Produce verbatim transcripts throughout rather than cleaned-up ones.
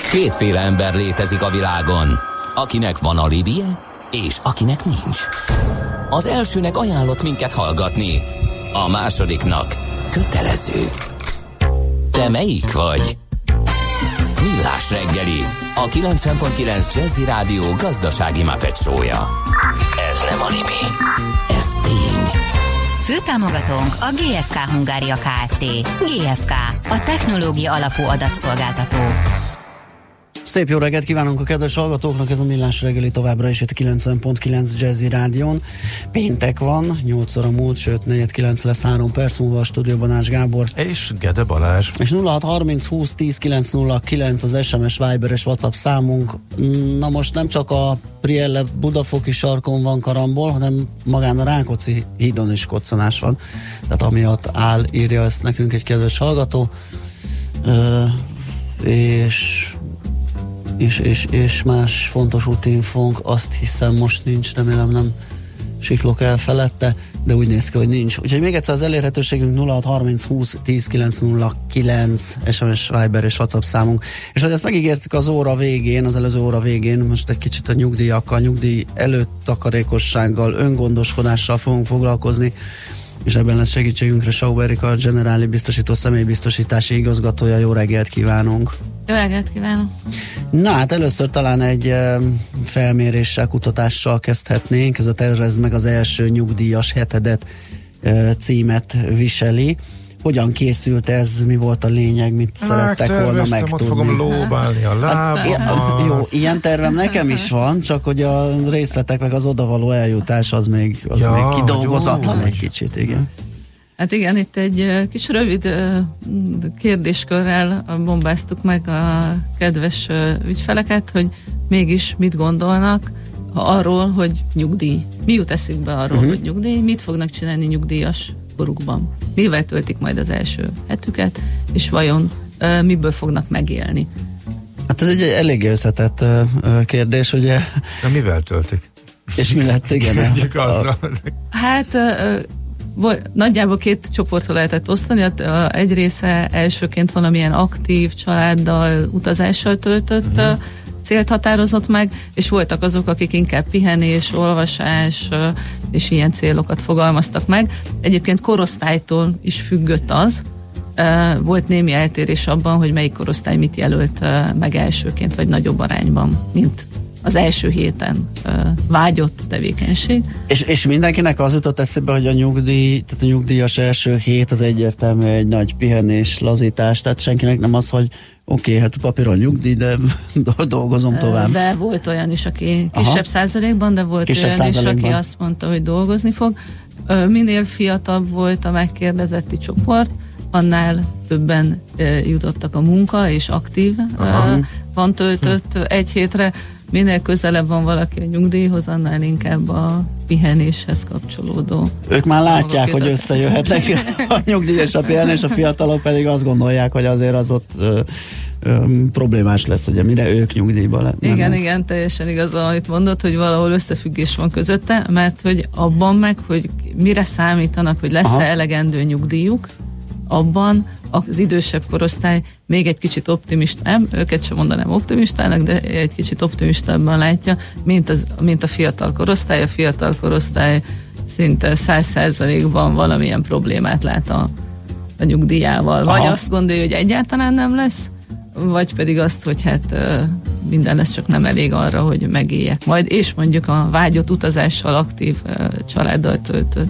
Kétféle ember létezik a világon, akinek van alibije, és akinek nincs. Az elsőnek ajánlott minket hallgatni, a másodiknak kötelező. Te melyik vagy? Millás reggeli, a kilencven pont kilenc Jazzy Rádió gazdasági Muppet show-ja. Ez nem anime, ez tény. Főtámogatónk a gé ef ká Hungária Kft. gé ef ká, a technológia alapú adatszolgáltató. Szép jó reggelt kívánunk a kedves hallgatóknak, ez a Millás reggeli továbbra is itt a kilencven pont kilenc Jazzy Rádión. Péntek van, nyolc óra múlt, sőt negyed kilenc lesz, három perc múlva a stúdióban Ács Gábor. És Gede Balázs. És nulla hat harminc húsz tíz kilenc nulla kilenc az es em es, Viber és WhatsApp számunk. Na most nem csak a Prielle Budafoki sarkon van karambol, hanem magán a Rákóczi hídon is koccanás van. Tehát amiatt áll, írja ezt nekünk egy kedves hallgató. Ö, és... És, és, és más fontos útinfónk, azt hiszem most nincs, remélem nem siklok el felette, de úgy néz ki, hogy nincs. Úgyhogy még egyszer az elérhetőségünk nulla hat harminc húsz tíz kilenc nulla kilenc es em es, Viber és WhatsApp számunk. És hogy ezt megígértük az óra végén, az előző óra végén, most egy kicsit a nyugdíjakkal, nyugdíj előtt takarékossággal, öngondoskodással fogunk foglalkozni, és ebben lesz segítségünkre Sauber Erika, a Generáli Biztosító személybiztosítási igazgatója. Jó reggelt kívánunk! Jó reggelt kívánok! Na hát először talán egy e, felméréssel, kutatással kezdhetnénk. Ez a Tervezd meg az első nyugdíjas hetedet e, címet viseli. Hogyan készült ez, mi volt a lényeg, mit Na, szerettek volna megtudni? Ott fogom lóbálni a lábammal. Hát, jó, ilyen tervem nekem is van, csak hogy a részletek meg az odavaló eljutás az még, az ja, még kidolgozatlan jó, egy kicsit, igen. Hát igen, itt egy kis rövid kérdéskörrel bombáztuk meg a kedves ügyfeleket, hogy mégis mit gondolnak arról, hogy nyugdíj. Mi jut eszükbe arról, uh-huh. hogy nyugdíj, mit fognak csinálni nyugdíjas korukban. Mivel töltik majd az első hetüket, és vajon miből fognak megélni? Hát ez egy elég összetett kérdés, ugye? Na mivel töltik? És mi lett, igen? a... Hát... nagyjából két csoportra lehetett osztani, egy része elsőként valamilyen aktív családdal, utazással töltött uh-huh. célt határozott meg, és voltak azok, akik inkább pihenés, olvasás és ilyen célokat fogalmaztak meg. Egyébként korosztálytól is függött az, volt némi eltérés abban, hogy melyik korosztály mit jelölt meg elsőként, vagy nagyobb arányban, mint az első héten uh, vágyott tevékenység. És, és mindenkinek az jutott eszébe, hogy a nyugdíj, tehát a nyugdíjas első hét az egyértelmű egy nagy pihenés, lazítás, tehát senkinek nem az, hogy oké, okay, hát papíron nyugdíj, de dolgozom tovább. De volt olyan is, aki kisebb Aha. százalékban, de volt kisebb olyan is, aki azt mondta, hogy dolgozni fog. Minél fiatalabb volt a megkérdezetti csoport, annál többen jutottak a munka, és aktív Aha. van töltött egy hétre. Minél közelebb van valaki a nyugdíjhoz, annál inkább a pihenéshez kapcsolódó. Ők már látják, hogy összejöhetnek a nyugdíjas a pihenés, a fiatalok pedig azt gondolják, hogy azért az ott ö, ö, problémás lesz, ugye mire ők nyugdíjban lett. Igen, igen, teljesen igaz, amit mondod, hogy valahol összefüggés van közötte, mert hogy abban meg, hogy mire számítanak, hogy lesz-e Aha. elegendő nyugdíjuk, abban az idősebb korosztály még egy kicsit optimistább, őket sem mondanám optimistának, de egy kicsit optimistábban látja, mint, az, mint a fiatal korosztály. A fiatal korosztály szinte száz százalékban valamilyen problémát lát a, a nyugdíjával. Vagy Aha. azt gondolja, hogy egyáltalán nem lesz, vagy pedig azt, hogy hát minden lesz, csak nem elég arra, hogy megéljek majd, és mondjuk a vágyott utazással aktív családdal töltött.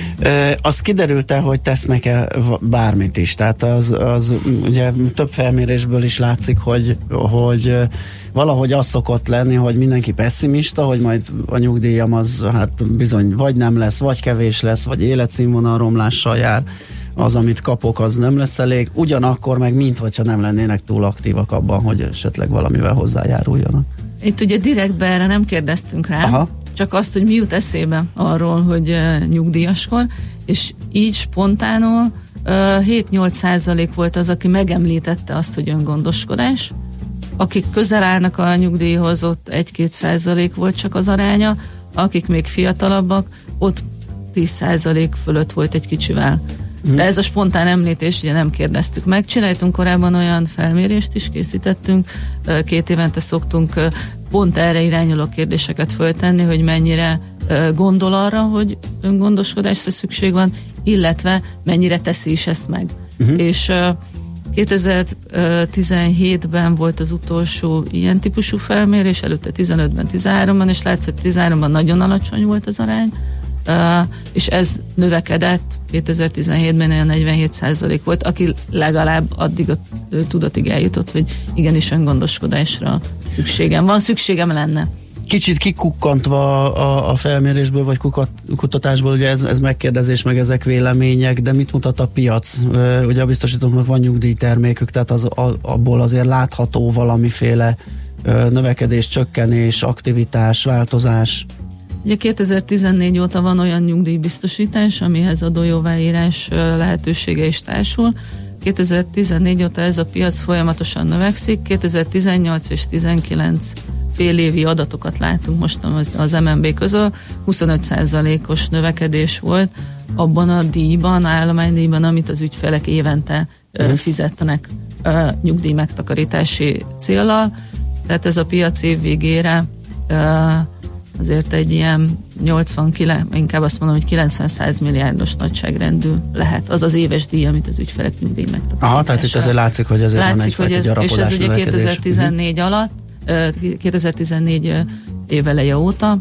E, az kiderült-e, hogy tesznek-e bármit is? Tehát az, az ugye több felmérésből is látszik, hogy, hogy valahogy az szokott lenni, hogy mindenki pessimista, hogy majd a nyugdíjam az hát bizony vagy nem lesz, vagy kevés lesz, vagy életszínvonal romlással jár. Az, amit kapok, az nem lesz elég. Ugyanakkor meg minthogyha nem lennének túl aktívak abban, hogy esetleg valamivel hozzájáruljanak. Itt ugye direktbe erre nem kérdeztünk rá, Aha. csak azt, hogy mi jut eszébe arról, hogy uh, nyugdíjaskor, és így spontánul uh, hét-nyolc százalék volt az, aki megemlítette azt, hogy öngondoskodás. Akik közel állnak a nyugdíjhoz, ott egy-két százalék volt csak az aránya, akik még fiatalabbak, ott tíz százalék fölött volt egy kicsivel. Mm. De ez a spontán említés, ugye nem kérdeztük meg. Csináltunk korábban olyan felmérést is, készítettünk, két évente szoktunk pont erre irányuló kérdéseket föltenni, hogy mennyire gondol arra, hogy öngondoskodásra szükség van, illetve mennyire teszi is ezt meg. Uh-huh. És kétezer-tizenhétben volt az utolsó ilyen típusú felmérés, előtte tizenötben, tizenháromban, és látszott, hogy tizenháromban nagyon alacsony volt az arány, és ez növekedett, kétezer-tizenhétben olyan negyvenhét százalék volt, aki legalább addig a tudatig eljutott, hogy igenis öngondoskodásra szükségem van, szükségem lenne. Kicsit kikukkantva a, a felmérésből, vagy kukat, kutatásból, ugye ez, ez megkérdezés, meg ezek vélemények, de mit mutat a piac? Ugye a biztosítóknak van nyugdíjtermékük, tehát az, a, abból azért látható valamiféle növekedés, csökkenés, aktivitás, változás. Ugye kétezer-tizennégy óta van olyan nyugdíjbiztosítás, amihez adójóváírás lehetősége is társul. kétezer-tizennégy óta ez a piac folyamatosan növekszik, kétezer-tizennyolc és tizenkilenc fél évi adatokat látunk most az em en bé közül, huszonöt százalékos növekedés volt abban a díjban, állománydíjban, amit az ügyfelek évente uh-huh. fizetnek uh, nyugdíj megtakarítási céllal. Tehát ez a piac év végére uh, azért egy ilyen nyolcvankilenc, inkább azt mondom, hogy kilencven-száz milliárdos nagyságrendű lehet. Az az éves díj, amit az ügyfelek nyugdíj megtakarítása. Aha, tehát itt azért látszik, hogy azért látszik, van egy hogy ez, gyarapodás, és ez ugye kétezer-tizennégy uh-huh. alatt, kétezer-tizennégy éveleje óta,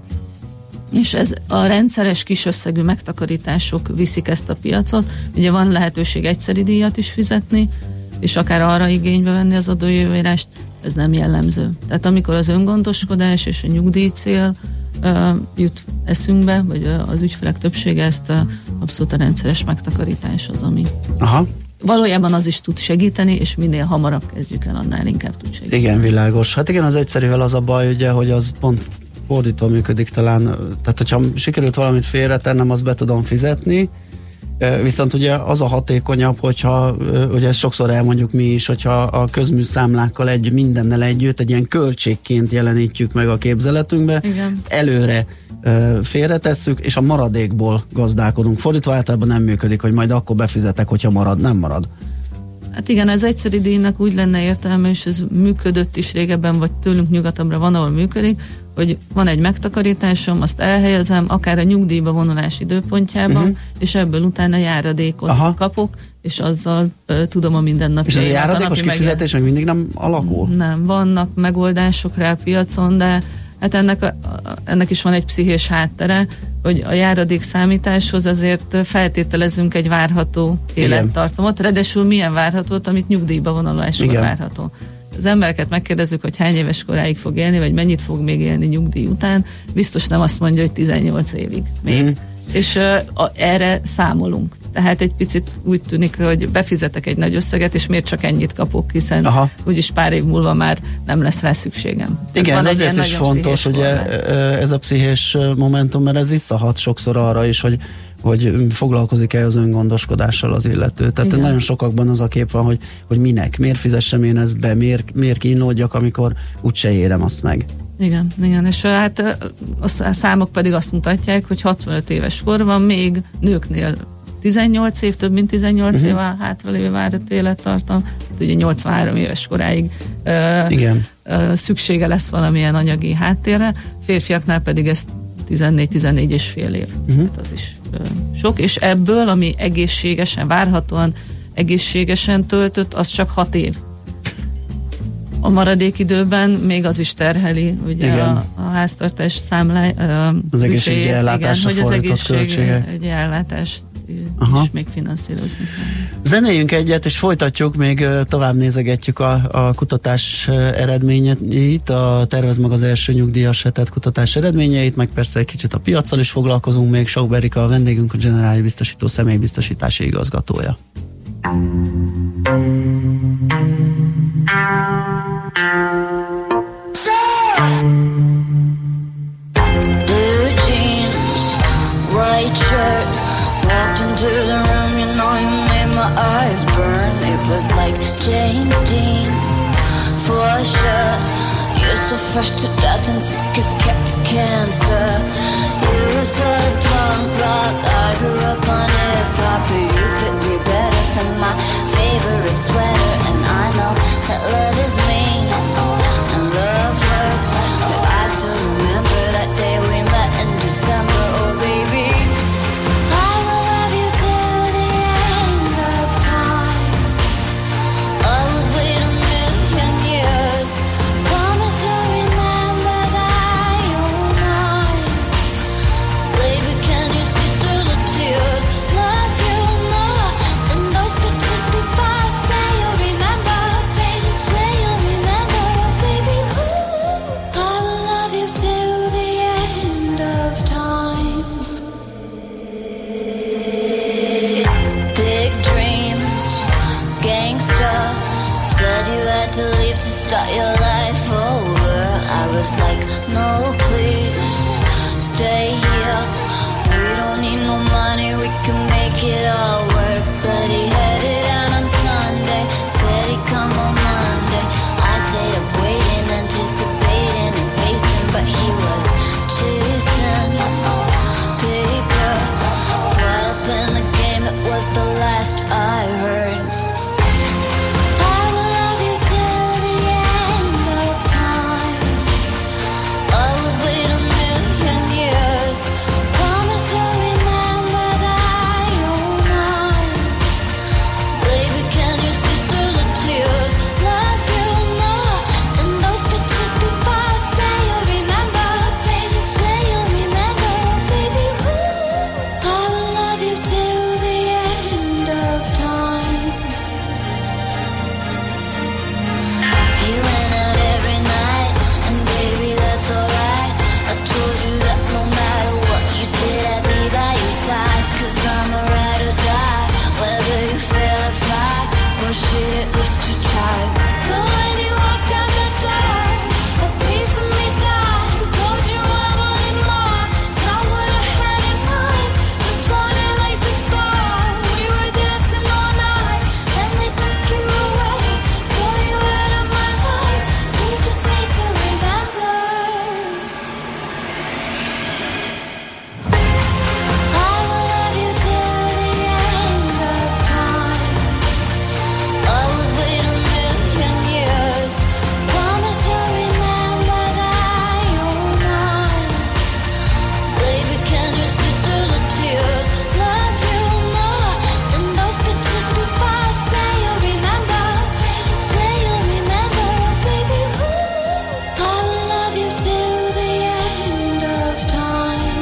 és ez a rendszeres kisösszegű megtakarítások viszik ezt a piacot. Ugye van lehetőség egyszeri díjat is fizetni, és akár arra igénybe venni az adójóváírást, ez nem jellemző. Tehát amikor az öngondoskodás és a nyugdíjcél uh, jut eszünkbe, vagy az ügyfelek többsége, ezt uh, abszolút a rendszeres megtakarítás az, ami Aha. valójában az is tud segíteni, és minél hamarabb kezdjük el, annál inkább tud segíteni. Igen, világos. Hát igen, az egyszerűvel az a baj, ugye, hogy az pont fordítva működik talán, tehát hogyha sikerült valamit félretennem, azt be tudom fizetni, viszont ugye az a hatékonyabb, hogyha, ugye ezt sokszor elmondjuk mi is, hogyha a közműszámlákkal egy, mindennel együtt egy ilyen költségként jelenítjük meg a képzeletünkbe, igen. Ezt előre félretesszük, és a maradékból gazdálkodunk. Fordítva általában nem működik, hogy majd akkor befizetek, hogyha marad, nem marad. Hát igen, ez egyszeri díjnak úgy lenne értelme, és ez működött is régebben, vagy tőlünk nyugatabbra van, ahol működik, hogy van egy megtakarításom, azt elhelyezem, akár a nyugdíjba vonulás időpontjában, uh-huh. és ebből utána járadékot Aha. kapok, és azzal uh, tudom a mindennapi. És ez a járadékos kifizetés meg mindig nem alakul? Nem, vannak megoldások rá a piacon, de hát ennek, a, ennek is van egy pszichés háttere, hogy a járadék számításhoz azért feltételezünk egy várható élettartamot, ráadásul milyen várhatót, amit nyugdíjba vonuláskor várható. Az embereket megkérdezzük, hogy hány éves koráig fog élni, vagy mennyit fog még élni nyugdíj után, biztos nem azt mondja, hogy tizennyolc évig még. Mm. És uh, a, erre számolunk. Tehát egy picit úgy tűnik, hogy befizetek egy nagy összeget, és miért csak ennyit kapok, hiszen Aha. úgyis pár év múlva már nem lesz rá szükségem. Igen, ez azért is fontos, ugye ez a pszichés momentum, mert ez visszahat sokszor arra is, hogy hogy foglalkozik-e az öngondoskodással az illető. Tehát igen. nagyon sokakban az a kép van, hogy, hogy minek, miért fizessem én ezt be, miért, miért kínlódjak, amikor úgyse érem azt meg. Igen, igen, és hát a számok pedig azt mutatják, hogy hatvanöt éves korban még nőknél tizennyolc év, több mint tizennyolc uh-huh. év a hátralévő várat élettartam, hát ugye nyolcvanhárom éves koráig uh, igen. Uh, szüksége lesz valamilyen anyagi háttérre, férfiaknál pedig ez tizennégy-tizennégy és fél év. Uh-huh. Hát az is uh, sok, és ebből, ami egészségesen, várhatóan egészségesen töltött, az csak hat év. A maradék időben még az is terheli ugye a, a háztartás számláj, uh, az egészségügyi ellátásra hogy az egészségügyi ellátást Aha. is még finanszírozni kell. Zenéljünk egyet, és folytatjuk, még tovább nézegetjük a, a kutatás eredményeit, a Tervez meg az első nyugdíjas hetet kutatás eredményeit, meg persze egy kicsit a piaccal is foglalkozunk, még Sauk Erika a vendégünk, a Generális Biztosító személybiztosítási igazgatója. Blue jeans, white shirt, walked into the room, you know you made my eyes burn. It was like James Dean, for sure. You're so fresh to death and sick as cancer. You were sort of punk rock, I grew up on hip hop, but you fit me to my favorite sweater. And I know that love is mean and love hurts, but I still remember that day we met in December. Oh baby, I will love you till the end of time. I would wait a million years. Promise you'll remember that you're mine. Baby, can you see through the tears? Love you more than those pictures before I say you'll remember. Baby, say you'll remember. Baby, ooh, I will love you till the end of time. Big dreams, gangsta. Said you had to leave to start your life over. I was like, no, please, stay here. We don't need no money, we can make it all work. But he headed out on Sunday, said he'd come on Monday. I stayed up waiting, anticipating and pacing, but he was chasing paper. Caught up in the game, it was the last I heard. I will love you till the end of time. I would wait a million years. Promise you'll remember that you're mine. Baby, can you see through the tears? Love you more than those pictures before I say you'll remember. Baby, say you'll remember. Baby, ooh, I will love you till the end of time. You went out every night, and baby, that's alright. I told you that no matter what you did, I'd be by your side. Cause I'm a ride or die, whether you fail or fly, or shit, at least you tried. But when you walked out the door, a piece of me died. Told you I wanted more, not what I had in mind. Just wanted like before, we were dancing all night. Then they took you away, stole you out of my life. We just need to remember. I will love you till the end of time. I would wait a million years. Promise you'll remember that you're mine. Baby, can you see through the tears? Love you more than those pictures before I say you'll remember. Say you'll remember. Baby, ooh, I will love you till the end of time.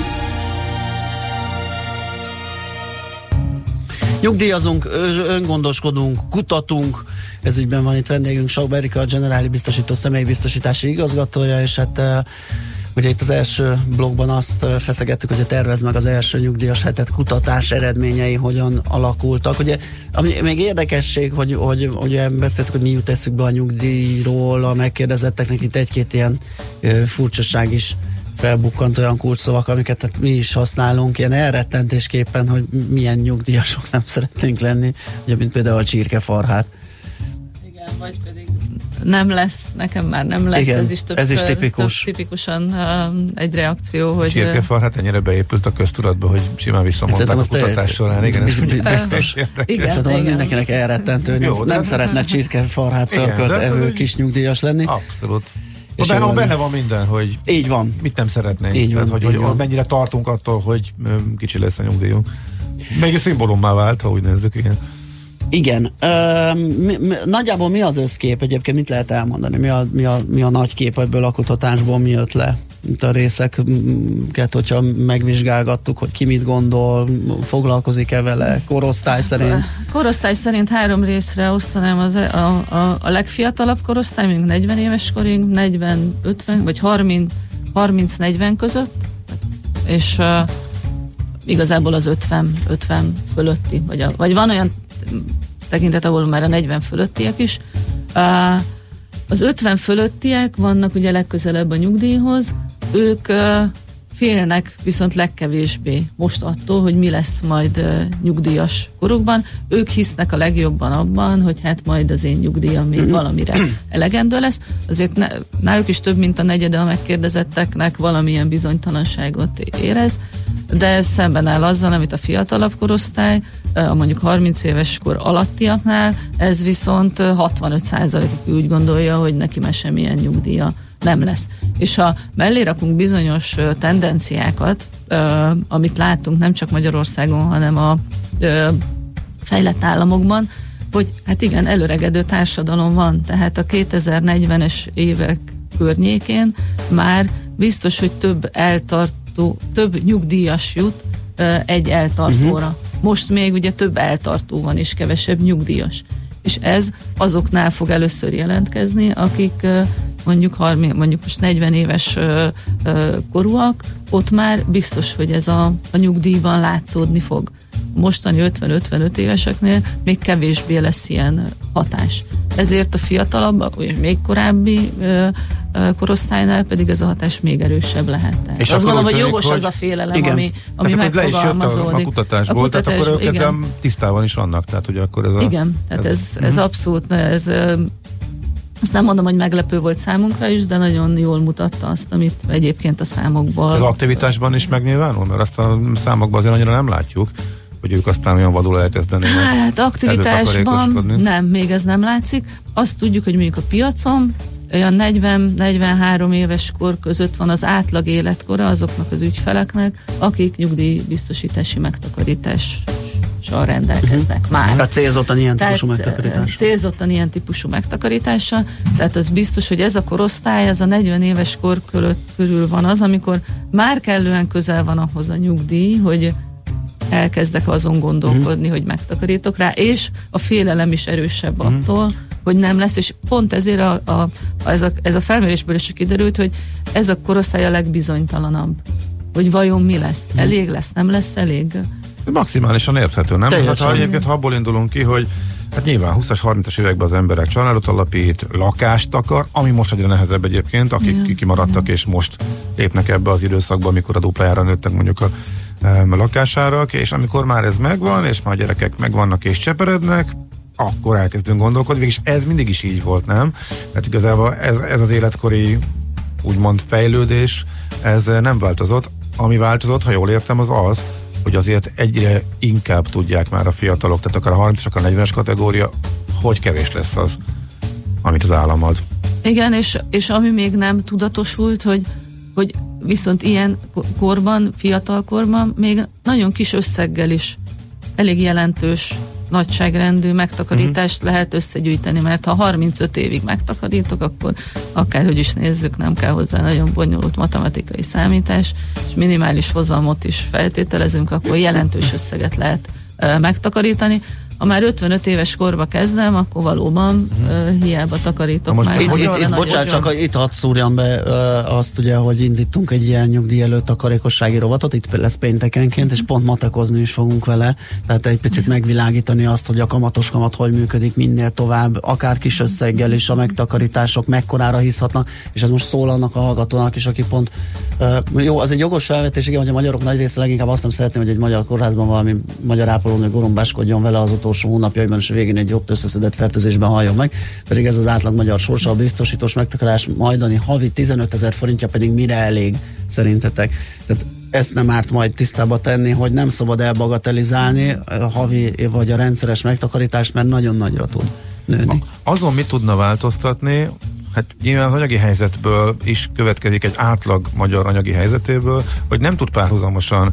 Nyugdíjazunk, ö- öngondoskodunk, kutatunk. Ez ügyben van itt vendégünk, Saub Erika, a Generáli Biztosító személybiztosítási igazgatója, és hát uh, ugye itt az első blogban azt uh, feszegettük, hogy tervez meg az első nyugdíjas hetet, kutatás eredményei hogyan alakultak. Ugye, ami még érdekesség, hogy, hogy ugye beszéltük, hogy mi jut eszükbe a nyugdíjról, a megkérdezetteknek itt egy-két ilyen uh, furcsaság is felbukkant, olyan kulcsszavak, amiket hát mi is használunk, ilyen elrettentésképpen, hogy milyen nyugdíjasok nem szeretnénk lenni, ugye, mint például a csirkefarhát. Igen, vagy pedig nem lesz, nekem már nem lesz, Igen, ez is többször, ez is tipikus. több, tipikusan um, egy reakció, hogy... Csirkefar, hát ennyire beépült a köztudatba, hogy simán visszamondták a kutatás során. Igen, ez biztos. Igen, Szerintem az igen. mindenkinek elrettentő, Jó, nem, de- nem szeretne csirkefarhát Igen, pörkölt de- evő kis nyugdíjas lenni. abszolút. És Benne, jó benne lenne. van minden, hogy Így van. mit nem szeretnénk. Így van, Tehát, hogy, így hogy van. mennyire tartunk attól, hogy ö, kicsi lesz a nyugdíjunk. Még egy szimbólummá vált, ha úgy nézzük, igen. Igen. Ö, mi, mi, nagyjából mi az összkép egyébként, mit lehet elmondani? Mi a, mi a, mi a nagy kép ebből a kutatásból, mi jött le? Itt a részeket, hogyha megvizsgálgattuk, hogy ki mit gondol, foglalkozik-e vele, korosztály szerint? Korosztály szerint három részre osztanám az, a, a, a legfiatalabb korosztály, mondjuk negyven éves korig, negyven ötven, vagy harminc negyven között, és uh, igazából az ötven fölötti, vagy, a, vagy van olyan tekintet, ahol már a negyven fölöttiek is. Uh, az ötven fölöttiek vannak ugye legközelebb a nyugdíjhoz, ők uh, félnek viszont legkevésbé most attól, hogy mi lesz majd uh, nyugdíjas korukban. Ők hisznek a legjobban abban, hogy hát majd az én nyugdíjam még valamire elegendő lesz. Azért ne, náluk is több mint a negyede a megkérdezetteknek valamilyen bizonytalanságot érez, de ez szemben áll azzal, amit a fiatalabb korosztály, a mondjuk harminc éves kor alattiaknál, ez viszont hatvanöt százalékig úgy gondolja, hogy neki már semmilyen nyugdíja nem lesz. És ha mellé rakunk bizonyos tendenciákat, amit látunk nem csak Magyarországon, hanem a fejlett államokban, hogy hát igen, előregedő társadalom van, tehát a kétezer-negyvenes évek környékén már biztos, hogy több eltartó, több nyugdíjas jut egy eltartóra. Uh-huh. Most még ugye több eltartó van és kevesebb nyugdíjas. És ez azoknál fog először jelentkezni, akik mondjuk, harminc, mondjuk most negyven éves ö, ö, korúak, ott már biztos, hogy ez a, a nyugdíjban látszódni fog. Mostani ötven-ötvenöt éveseknél még kevésbé lesz ilyen hatás. Ezért a fiatalabb, vagy még korábbi ö, ö, korosztálynál pedig ez a hatás még erősebb lehet. És azt gondolom, hogy jogos hogy... az a félelem, igen. ami, ami tehát megfogalmazódik. Le is jött a, a kutatásból, a kutatás, tehát akkor ők ezzel tisztában is vannak. Tehát, hogy akkor ez a, igen, tehát ez, ez, ez abszolút, ez azt nem mondom, hogy meglepő volt számunkra is, de nagyon jól mutatta azt, amit egyébként a számokból... Az aktivitásban is megnyilvánul? Mert azt a számokban azért annyira nem látjuk, hogy ők aztán olyan vadul elkezdenének. Hát aktivitásban nem, még ez nem látszik. Azt tudjuk, hogy mondjuk a piacon olyan negyven-negyvenhárom éves kor között van az átlag életkora azoknak az ügyfeleknek, akik nyugdíjbiztosítási megtakarítás rendelkeznek uh-huh. már. Tehát célzottan ilyen tehát, típusú megtakarítással. Célzottan ilyen típusú megtakarítással. Tehát az biztos, hogy ez a korosztály, ez a negyven éves kor körül van az, amikor már kellően közel van ahhoz a nyugdíj, hogy elkezdek azon gondolkodni, uh-huh. hogy megtakarítok rá, és a félelem is erősebb uh-huh. attól, hogy nem lesz, és pont ezért a, a, a, ez, a, ez a felmérésből is kiderült, hogy ez a korosztály a legbizonytalanabb. Hogy vajon mi lesz? Elég lesz? Nem lesz elég? Maximálisan érthető, nem? Hát, ha egyébként ha abból indulunk ki, hogy hát nyilván húszas, harmincas években az emberek családot alapít, lakást akar, ami most egyre nehezebb egyébként, akik ja, kimaradtak ja. és most lépnek ebbe az időszakba, amikor a duplájára nőttek mondjuk a, a lakásárak, és amikor már ez megvan, és már a gyerekek megvannak és cseperednek, akkor elkezdünk gondolkodni, és ez mindig is így volt, nem? Tehát igazából ez, ez az életkori úgymond fejlődés, ez nem változott. Ami változott, ha jól értem, az az, hogy azért egyre inkább tudják már a fiatalok, tehát akár a harmincas, akár a negyvenes kategória, hogy kevés lesz az, amit az állam ad. Igen, és, és ami még nem tudatosult, hogy, hogy viszont ilyen korban, fiatal korban még nagyon kis összeggel is elég jelentős nagyságrendű megtakarítást uh-huh. lehet összegyűjteni, mert ha harmincöt évig megtakarítok, akkor akárhogy is nézzük, nem kell hozzá nagyon bonyolult matematikai számítás, és minimális hozamot is feltételezünk, akkor jelentős összeget lehet uh, megtakarítani. Ha már ötvenöt éves korba kezdem, akkor valóban uh, hiába takarítok már. Itt, itt, itt, bocsánat, csak itt hadd szúrjam be uh, azt ugye, hogy indítunk egy ilyen nyugdíj előtt takarékossági rovatot, itt lesz péntekenként, és pont matekozni is fogunk vele, tehát egy picit megvilágítani azt, hogy a kamatos kamat hogy működik minél tovább, akár kis összeggel is a megtakarítások mekkorára hiszhatnak, és ez most szól annak a hallgatónak is, aki pont uh, jó, az egy jogos felvetés, igen, hogy a magyarok nagy része leginkább azt nem szeretné, hogy egy magyar kórházban valami magyar ápolónő gorombáskodjon vele az utolsó hónapjaiban, és a végén egy ott összeszedett fertőzésben halljon meg, pedig ez az átlag magyar sorsa, a biztosítós megtakarítás majdani havi tizenötezer forintja pedig mire elég szerintetek? Tehát ezt nem árt majd tisztába tenni, hogy nem szabad elbagatelizálni a havi vagy a rendszeres megtakarítást, mert nagyon nagyra tud nőni. Azon mit tudna változtatni? Hát nyilván az anyagi helyzetből is következik egy átlag magyar anyagi helyzetéből, hogy nem tud párhuzamosan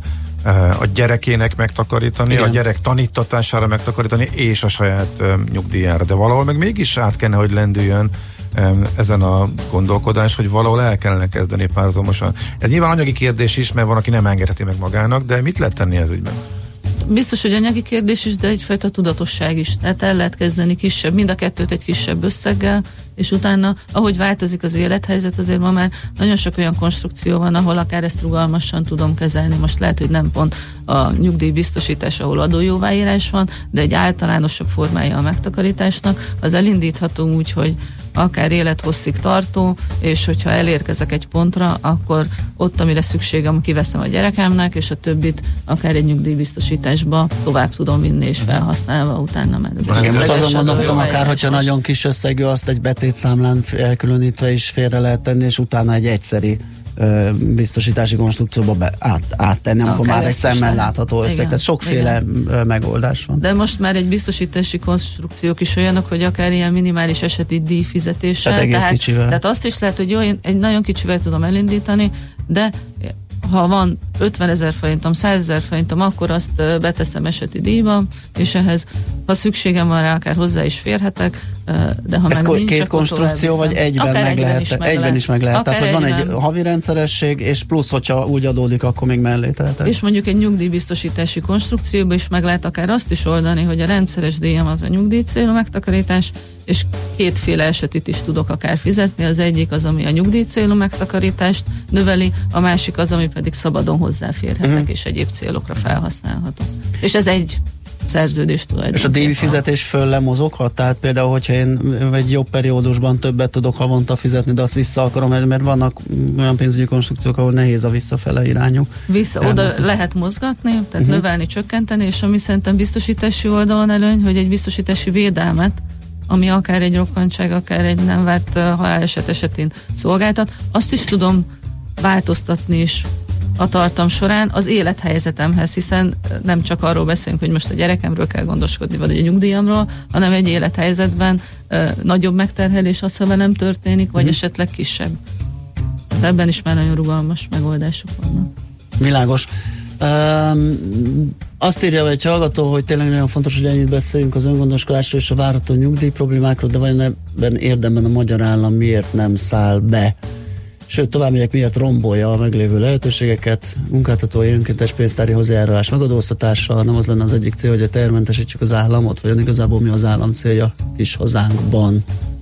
a gyerekének megtakarítani, igen. a gyerek tanítatására megtakarítani, és a saját um, nyugdíjára. De valahol meg mégis át kellene, hogy lendüljön um, ezen a gondolkodás, hogy valahol el kellene kezdeni párhuzamosan. Ez nyilván anyagi kérdés is, mert van, aki nem engedheti meg magának, de mit lehet tenni ez ügyben? Biztos, hogy anyagi kérdés is, de egyfajta tudatosság is. Tehát el lehet kezdeni kisebb, mind a kettőt egy kisebb összeggel, és utána, ahogy változik az élethelyzet, azért ma már nagyon sok olyan konstrukció van, ahol akár ezt rugalmasan tudom kezelni. Most lehet, hogy nem pont a nyugdíjbiztosítás, ahol adójóváírás van, de egy általánosabb formája a megtakarításnak, az elindítható úgy, hogy akár élethosszig tartó, és hogyha elérkezek egy pontra, akkor ott, amire szükségem, kiveszem a gyerekemnek, és a többit akár egy nyugdíjbiztosításba tovább tudom vinni, és felhasználva utána már az esetleg. Most azon gondolkodom, akár hogyha nagyon kis összegű, azt egy betétszámlán elkülönítve is félre lehet tenni, és utána egy egyszeri biztosítási konstrukcióba be, át, áttenni, amikor már egy szemmel látható összeg. Igen, tehát sokféle igen. megoldás van. De most már egy biztosítási konstrukciók is olyanok, hogy akár ilyen minimális eseti díjfizetéssel. Tehát, tehát, kicsivel. tehát azt is lehet, hogy jó, én egy nagyon kicsivel tudom elindítani, de ha van ötvenezer forintom, százezer forintom, akkor azt beteszem eseti díjba, és ehhez, ha szükségem van rá, akár hozzá is férhetek, de ha ez meg nincs, két konstrukció, vagy egyben akár meg egyben lehet? Is meg egyben lehet. is meg lehet. Akár Tehát, hogy van egyben. egy havi rendszeresség, és plusz, hogyha úgy adódik, akkor még mellé tehetek. És mondjuk egy nyugdíjbiztosítási konstrukcióban is meg lehet akár azt is oldani, hogy a rendszeres díjam az a nyugdíj célú megtakarítás, és kétféle esetit is tudok akár fizetni. Az egyik az, ami a nyugdíj célú megtakarítást növeli, a másik az, ami pedig szabadon hozzáférhetek, mm. és egyéb célokra felhasználhatok. És ez egy szerződés tulajdonképpen. És a díjfizetés föl lemozoghat? Tehát például, hogyha én egy jobb periódusban többet tudok havonta fizetni, de azt vissza akarom, mert vannak olyan pénzügyi konstrukciók, ahol nehéz a visszafele irányú. Vissza, oda lehet mozgatni, tehát uh-huh. növelni, csökkenteni, és ami szerintem biztosítási oldalon előny, hogy egy biztosítási védelmet, ami akár egy rokkantság, akár egy nem várt haláleset esetén szolgáltat, azt is tudom változtatni is a tartam során az élethelyzetemhez, hiszen nem csak arról beszélünk, hogy most a gyerekemről kell gondoskodni, vagy a nyugdíjamról, hanem egy élethelyzetben uh, nagyobb megterhelés az, ha velem történik, vagy mm. esetleg kisebb. Ebben is már nagyon rugalmas megoldások vannak. Világos. Um, azt írja egy hallgató, hogy tényleg nagyon fontos, hogy ennyit beszéljünk az öngondoskodásról és a várható nyugdíj problémákról, de vajon ebben érdemben a magyar állam miért nem száll be? Sőt, továbbiak miatt rombolja a meglévő lehetőségeket, munkáltatói önkéntes pénztári hozzájárulás megadóztatása, nem az lenne az egyik cél, hogy termentesítsük az államot, vagy igazából mi az állam célja kis hazánkban?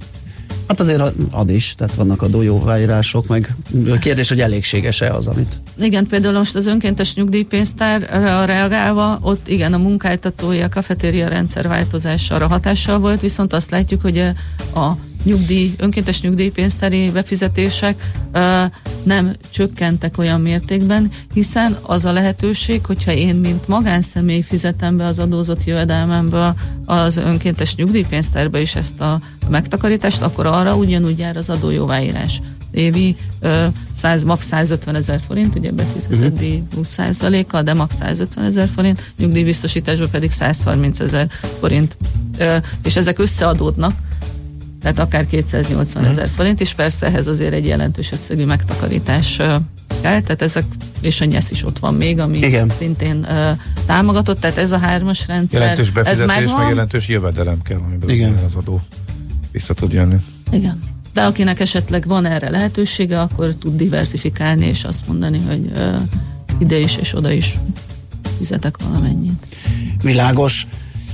Hát azért ad is, tehát vannak adójóváírások, meg kérdés, hogy elégséges-e az, amit... Igen, például most az önkéntes nyugdíjpénztárra reagálva, ott igen, a munkáltatói, a kafetéria rendszer változása arra hatással volt, viszont azt látjuk, hogy a nyugdíj, önkéntes nyugdíjpénztári befizetések uh, nem csökkentek olyan mértékben, hiszen az a lehetőség, hogyha én, mint magánszemély fizetem be az adózott jövedelmemből az önkéntes nyugdíjpénztárba is ezt a megtakarítást, akkor arra ugyanúgy jár az adójóváírás. Évi uh, száz, max. százötven ezer forint, ugye befizetett uh-huh. díj húsz százaléka, de max. százötven ezer forint, nyugdíjbiztosításban pedig százharminc ezer forint. Uh, és ezek összeadódnak, tehát akár kétszáznyolcvan ezer forint, és persze ehhez azért egy jelentős összegű megtakarítás uh, kell, tehát ezek, és a nyesz is ott van még, ami igen. szintén uh, támogatott, tehát ez a hármas rendszer. Jelentős befizetés, ez megvan. Meg jelentős jövedelem kell, amiből igen. az adó vissza tud jönni. Igen. De akinek esetleg van erre lehetősége, akkor tud diversifikálni, és azt mondani, hogy uh, ide is és oda is fizetek valamennyit. Világos.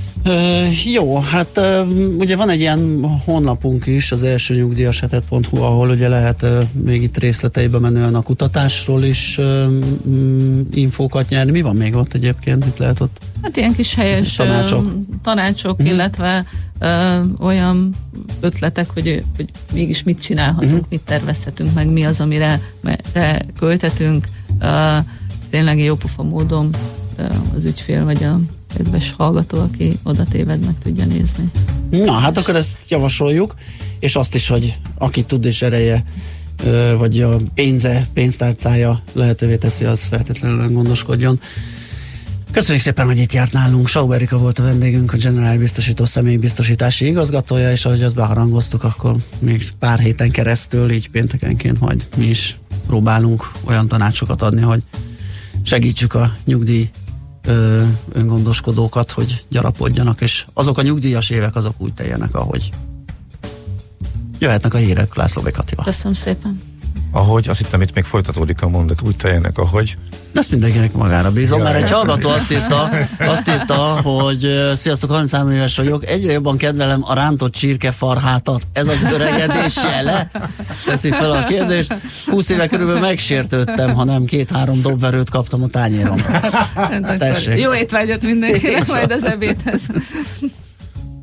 Uh, jó, hát uh, ugye van egy ilyen honlapunk is, az első nyugdíjashetet pont hu, ahol ugye lehet uh, még itt részleteibe menően a kutatásról is uh, infókat nyerni. Mi van még ott egyébként? Mit lehet ott? Hát ilyen kis helyes tanácsok, uh, tanácsok uh-huh. illetve uh, olyan ötletek, hogy, hogy mégis mit csinálhatunk, uh-huh. mit tervezhetünk meg, mi az, amire re költetünk. Uh, tényleg jópofa módon uh, az ügyfél vagy a kedves hallgató, aki oda téved, meg tudja nézni. Na, hát akkor ezt javasoljuk, és azt is, hogy aki tud és ereje, vagy a pénze, pénztárcája lehetővé teszi, az feltétlenül gondoskodjon. Köszönjük szépen, hogy itt járt nálunk. Sauber Erika volt a vendégünk, a Generál biztosító személybiztosítási igazgatója, és ahogy azt beharangoztuk, akkor még pár héten keresztül, így péntekenként majd mi is próbálunk olyan tanácsokat adni, hogy segítsük a nyugdíj Ö, öngondoskodókat, hogy gyarapodjanak, és azok a nyugdíjas évek azok úgy teljenek, ahogy jöhetnek a hírek. László Békatival. Köszönöm szépen. Ahogy, azt hittem, itt még folytatódik a mondat, úgy teljenek, ahogy. De ezt mindenkinek magára bízom, mert egy hallgató azt írta, azt írta, hogy uh, sziasztok, harminchárom éves vagyok, egyre jobban kedvelem a rántott csirkefarhátat. Ez az öregedés jele? Teszi fel a kérdést. húsz éve körülbelül megsértődtem, ha nem két-három dobverőt kaptam a tányéromra. Jó étvágyat mindenkinek, majd az ebédhez.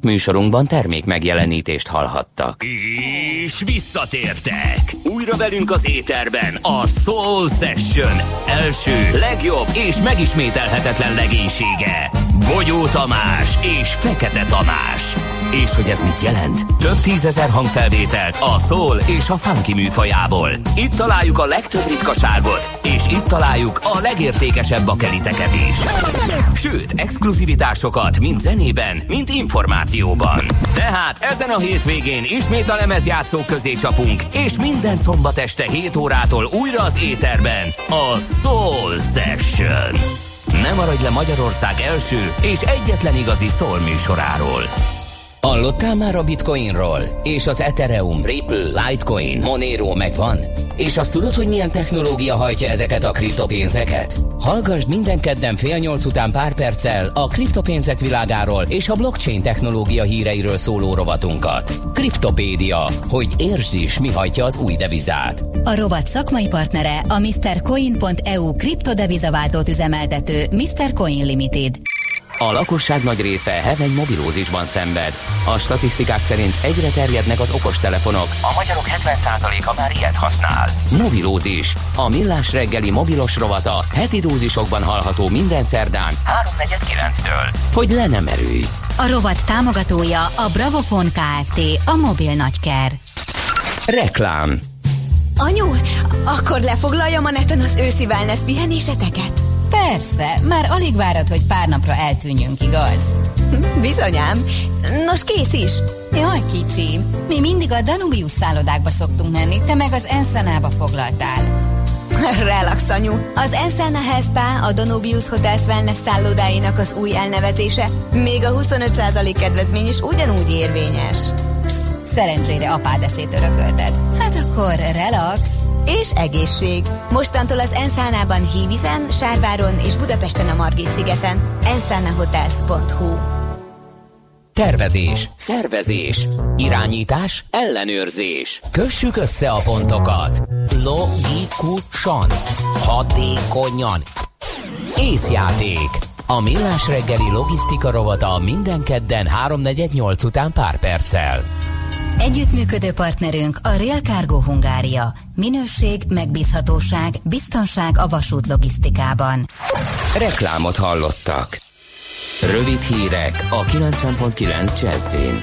Műsorunkban termék megjelenítést hallhattak. És visszatértek! Újra velünk az éterben a Soul Session első, legjobb és megismételhetetlen legénysége. Bogyó Tamás és Fekete Tamás. És hogy ez mit jelent? Több tízezer hangfelvételt a soul és a funky műfajából. Itt találjuk a legtöbb ritkaságot, és itt találjuk a legértékesebb bakeliteket is. Sőt, exkluzivitásokat mind zenében, mind információban. Tehát ezen a hétvégén ismét a lemezjátszók közé csapunk, és minden szombat este hét órától újra az éterben a Soul Session. Ne maradj le Magyarország első és egyetlen igazi soul műsoráról. Hallottál már a Bitcoinról? És az Ethereum, Ripple, Litecoin, Monero megvan? És azt tudod, hogy milyen technológia hajtja ezeket a kriptopénzeket? Hallgasd minden kedden fél nyolc után pár perccel a kriptopénzek világáról és a blockchain technológia híreiről szóló rovatunkat. Kriptopédia, hogy értsd is, mi hajtja az új devizát. A rovat szakmai partnere a mister Coin pont e u kriptodevizaváltót üzemeltető mister Coin Limited. A lakosság nagy része heveny mobilózisban szenved. A statisztikák szerint egyre terjednek az okostelefonok, a magyarok hetven százaléka már ilyet használ. Mobilózis, a millás reggeli mobilos rovata heti dózisokban hallható minden szerdán háromnegyed kilenctől. Hogy le nem erőj. A rovat támogatója a Bravofon Kft. A mobil nagyker. Reklám. Anyu, akkor lefoglaljam a neten az őszi wellness pihenéseteket? Persze, már alig várod, hogy pár napra eltűnjünk, igaz? Bizonyám. Nos, kész is. Jaj, kicsi, mi mindig a Danubius szállodákba szoktunk menni, te meg az Ensenába foglaltál. Relax, anyu. Az Ensena Health Spa, a Danubius Hotels Wellness szállodáinak az új elnevezése, még a huszonöt százalék kedvezmény is ugyanúgy érvényes. Psz, szerencsére apád eszét örökölted. Hát akkor relax. És egészség. Mostantól az Enszánában Hívizen, Sárváron és Budapesten a Margit-szigeten. enszánahotels pont hu. Tervezés, szervezés, irányítás, ellenőrzés. Kössük össze a pontokat. Logikusan, hatékonyan. Észjáték. A millás reggeli logisztika rovata minden kedden háromnegyed nyolc után pár perccel. Együttműködő partnerünk a Rail Cargo Hungária. Minőség, megbízhatóság, biztonság a vasút logisztikában. Reklámot hallottak. Rövid hírek a kilencven pont kilenc Jazzin.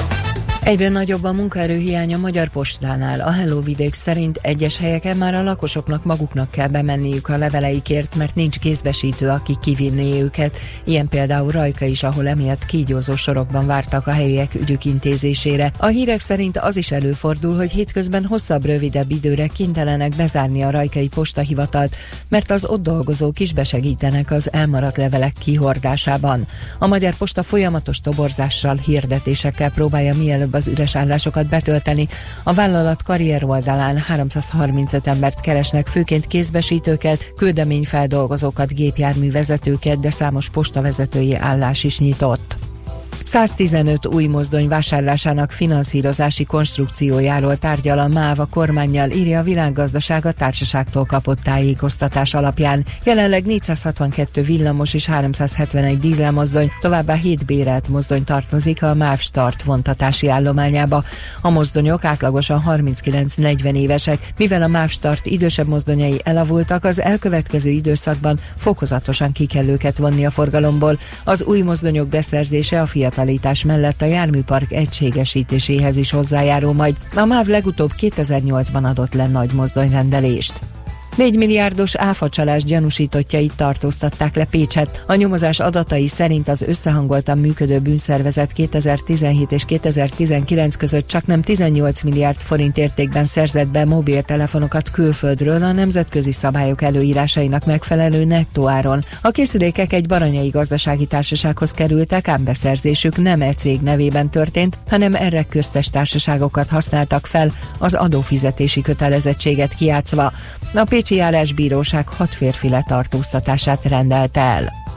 Egyre nagyobb a munkaerőhiány a Magyar Postánál. A Hello Vidék szerint egyes helyeken már a lakosoknak maguknak kell bemenniük a leveleikért, mert nincs kézbesítő, aki kivinné őket. Ilyen például Rajka is, ahol emiatt kígyózó sorokban vártak a helyiek ügyük intézésére. A hírek szerint az is előfordul, hogy hétközben hosszabb, rövidebb időre kénytelenek bezárni a rajkai postahivatalt, mert az ott dolgozók is besegítenek az elmaradt levelek kihordásában. A Magyar Posta folyamatos toborzással, hirdetésekkel próbálja mielőbb az üres állásokat betölteni. A vállalat karrier oldalán háromszázharmincöt embert keresnek, főként kézbesítőket, küldeményfeldolgozókat, gépjárművezetőket, de számos postavezetői állás is nyitott. száztizenöt új mozdony vásárlásának finanszírozási konstrukciójáról tárgyal a MÁV a kormánnyal, írja a Világgazdaság a társaságtól kapott tájékoztatás alapján. Jelenleg négyszázhatvankettő villamos és háromszázhetvenegy dízelmozdony, továbbá hét bérelt mozdony tartozik a MÁV Start vontatási állományába. A mozdonyok átlagosan harminckilenc-negyven évesek, mivel a MÁV Start idősebb mozdonyai elavultak, az elkövetkező időszakban fokozatosan ki kell őket vonni a forgalomból. Az új mozdonyok beszerzése a fiatalítás mellett a járműpark egységesítéséhez is hozzájárul majd. A MÁV legutóbb kétezer-nyolcban adott le nagy mozdonyrendelést. négy milliárdos áfacsalás gyanúsítottjait tartóztatták le Pécset. A nyomozás adatai szerint az összehangoltan működő bűnszervezet kétezer-tizenhét és kétezer-tizenkilenc között csaknem tizennyolc milliárd forint értékben szerzett be mobiltelefonokat külföldről a nemzetközi szabályok előírásainak megfelelő nettó áron. A készülékek egy baranyai gazdasági társasághoz kerültek, ám beszerzésük nem e cég nevében történt, hanem erre köztes társaságokat használtak fel, az adófizetési kötelezettséget kijátszva. A Pécsi Járásbíróság hat férfi letartóztatását rendelte el.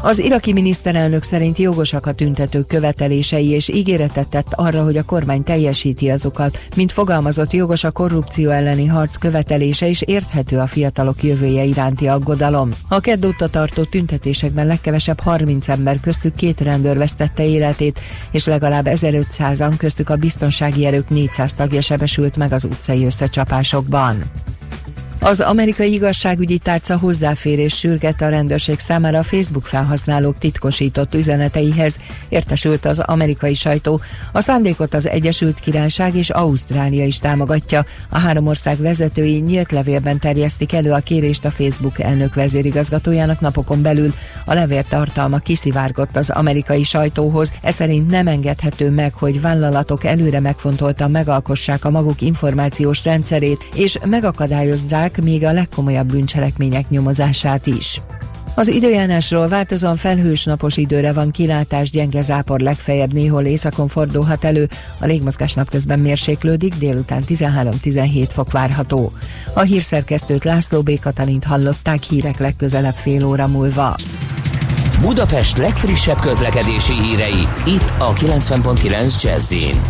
Az iraki miniszterelnök szerint jogosak a tüntetők követelései, és ígéretet tett arra, hogy a kormány teljesíti azokat. Mint fogalmazott, jogos a korrupció elleni harc követelése, és érthető a fiatalok jövője iránti aggodalom. A kedd óta tartó tüntetésekben legkevesebb harminc ember, köztük két rendőr vesztette életét, és legalább ezerötszázan, köztük a biztonsági erők négyszáz tagja sebesült meg az utcai összecsapásokban. Az amerikai igazságügyi tárca hozzáférés sürget a rendőrség számára a Facebook felhasználók titkosított üzeneteihez, értesült az amerikai sajtó. A szándékot az Egyesült Királyság és Ausztrália is támogatja. A három ország vezetői nyílt levélben terjesztik elő a kérést a Facebook elnök vezérigazgatójának napokon belül. A levél tartalma kiszivárgott az amerikai sajtóhoz. Ez szerint nem engedhető meg, hogy vállalatok előre megfontoltan megalkossák a maguk információs rendszerét, és megakadályozzák még a legkomolyabb bűncselekmények nyomozását is. Az időjárásról: változóan felhős napos időre van kilátás, gyenge zápor, legfeljebb néhol északon fordulhat elő, a légmozgás napközben mérséklődik, délután tizenhárom-tizenhét fok várható. A hírszerkesztőt, László B. Katalint hallották, hírek legközelebb fél óra múlva. Budapest legfrissebb közlekedési hírei, itt a kilencven pont kilenc Jazz-in.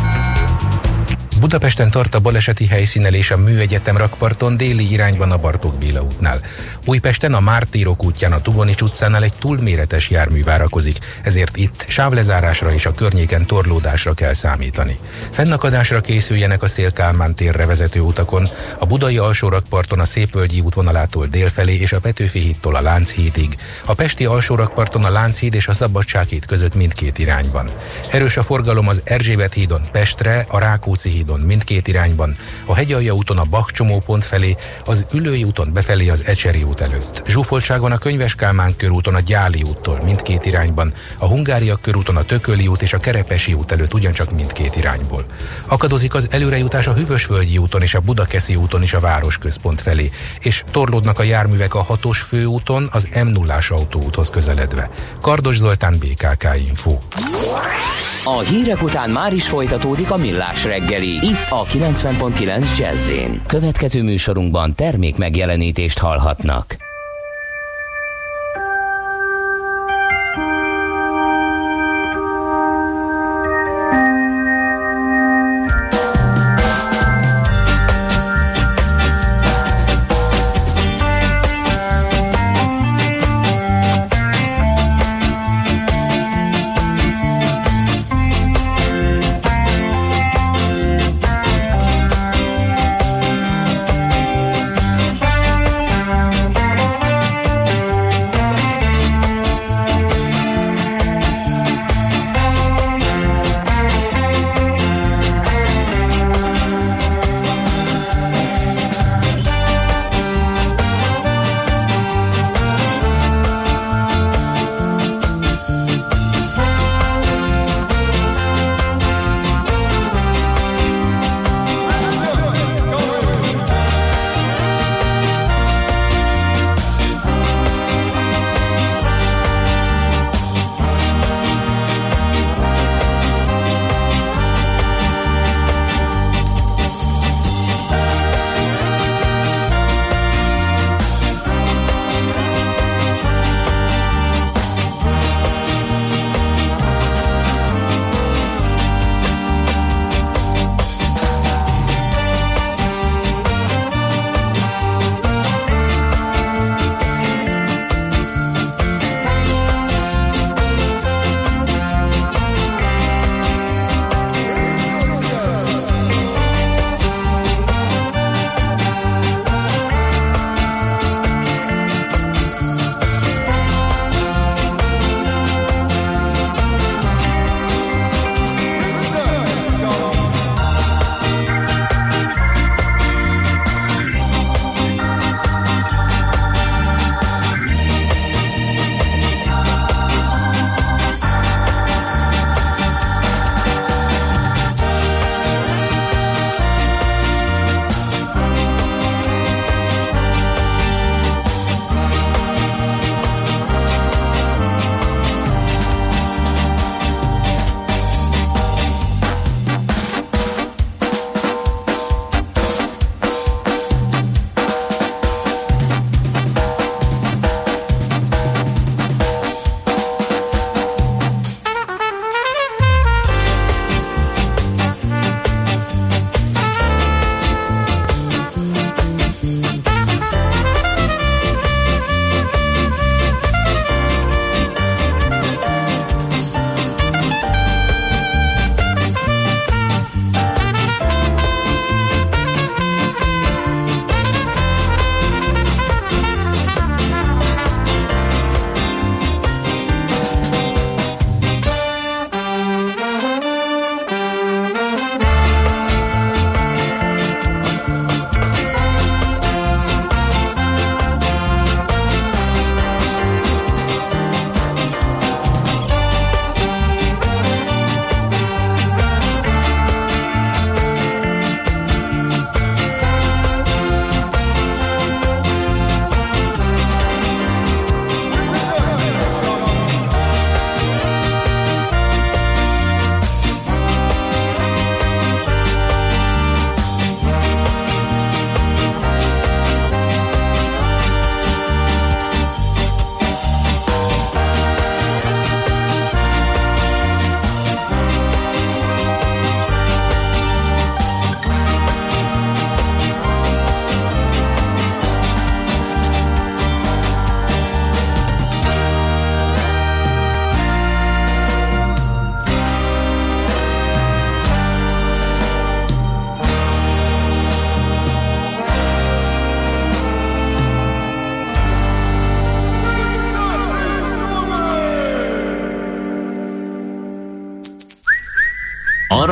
Budapesten tart a baleseti helyszínelés a Műegyetem rakparton déli irányban a Bartók Béla útnál. Újpesten a Mártírok útján a Tugonics utcánál egy túlméretes jármű várakozik, ezért itt sávlezárásra és a környéken torlódásra kell számítani. Fennakadásra készüljenek a Széll-Kálmán térre vezető utakon, a budai alsórakparton a Szépvölgyi útvonalától délfelé és a Petőfi hídtól a Lánchídig, a pesti alsórakparton a Lánchíd és a Szabadsághíd között mindkét irányban. Erős a forgalom az Erzsébet hídon Pestre, a Rákóczi hídon mindkét irányban, a Hegyalja úton a Bach csomópont felé, az Üllői úton befelé az Ecseri út előtt. Zsúfoltságon a Könyves Kálmán körúton a Gyáli úttól mindkét irányban, a Hungária körúton a Tököli út és a Kerepesi út előtt ugyancsak mindkét irányból. Akadozik az előrejutás a Hűvösvölgyi úton és a Budakeszi úton is a városközpont felé, és torlódnak a járművek a hatos főúton az em nullás autóúthoz közeledve. Kardos Zoltán, bé ká ká Info. A hírek után már is folytatódik a Millás reggeli, itt a kilencven pont kilenc Jazz-in. Következő műsorunkban termék megjelenítést hallhatnak.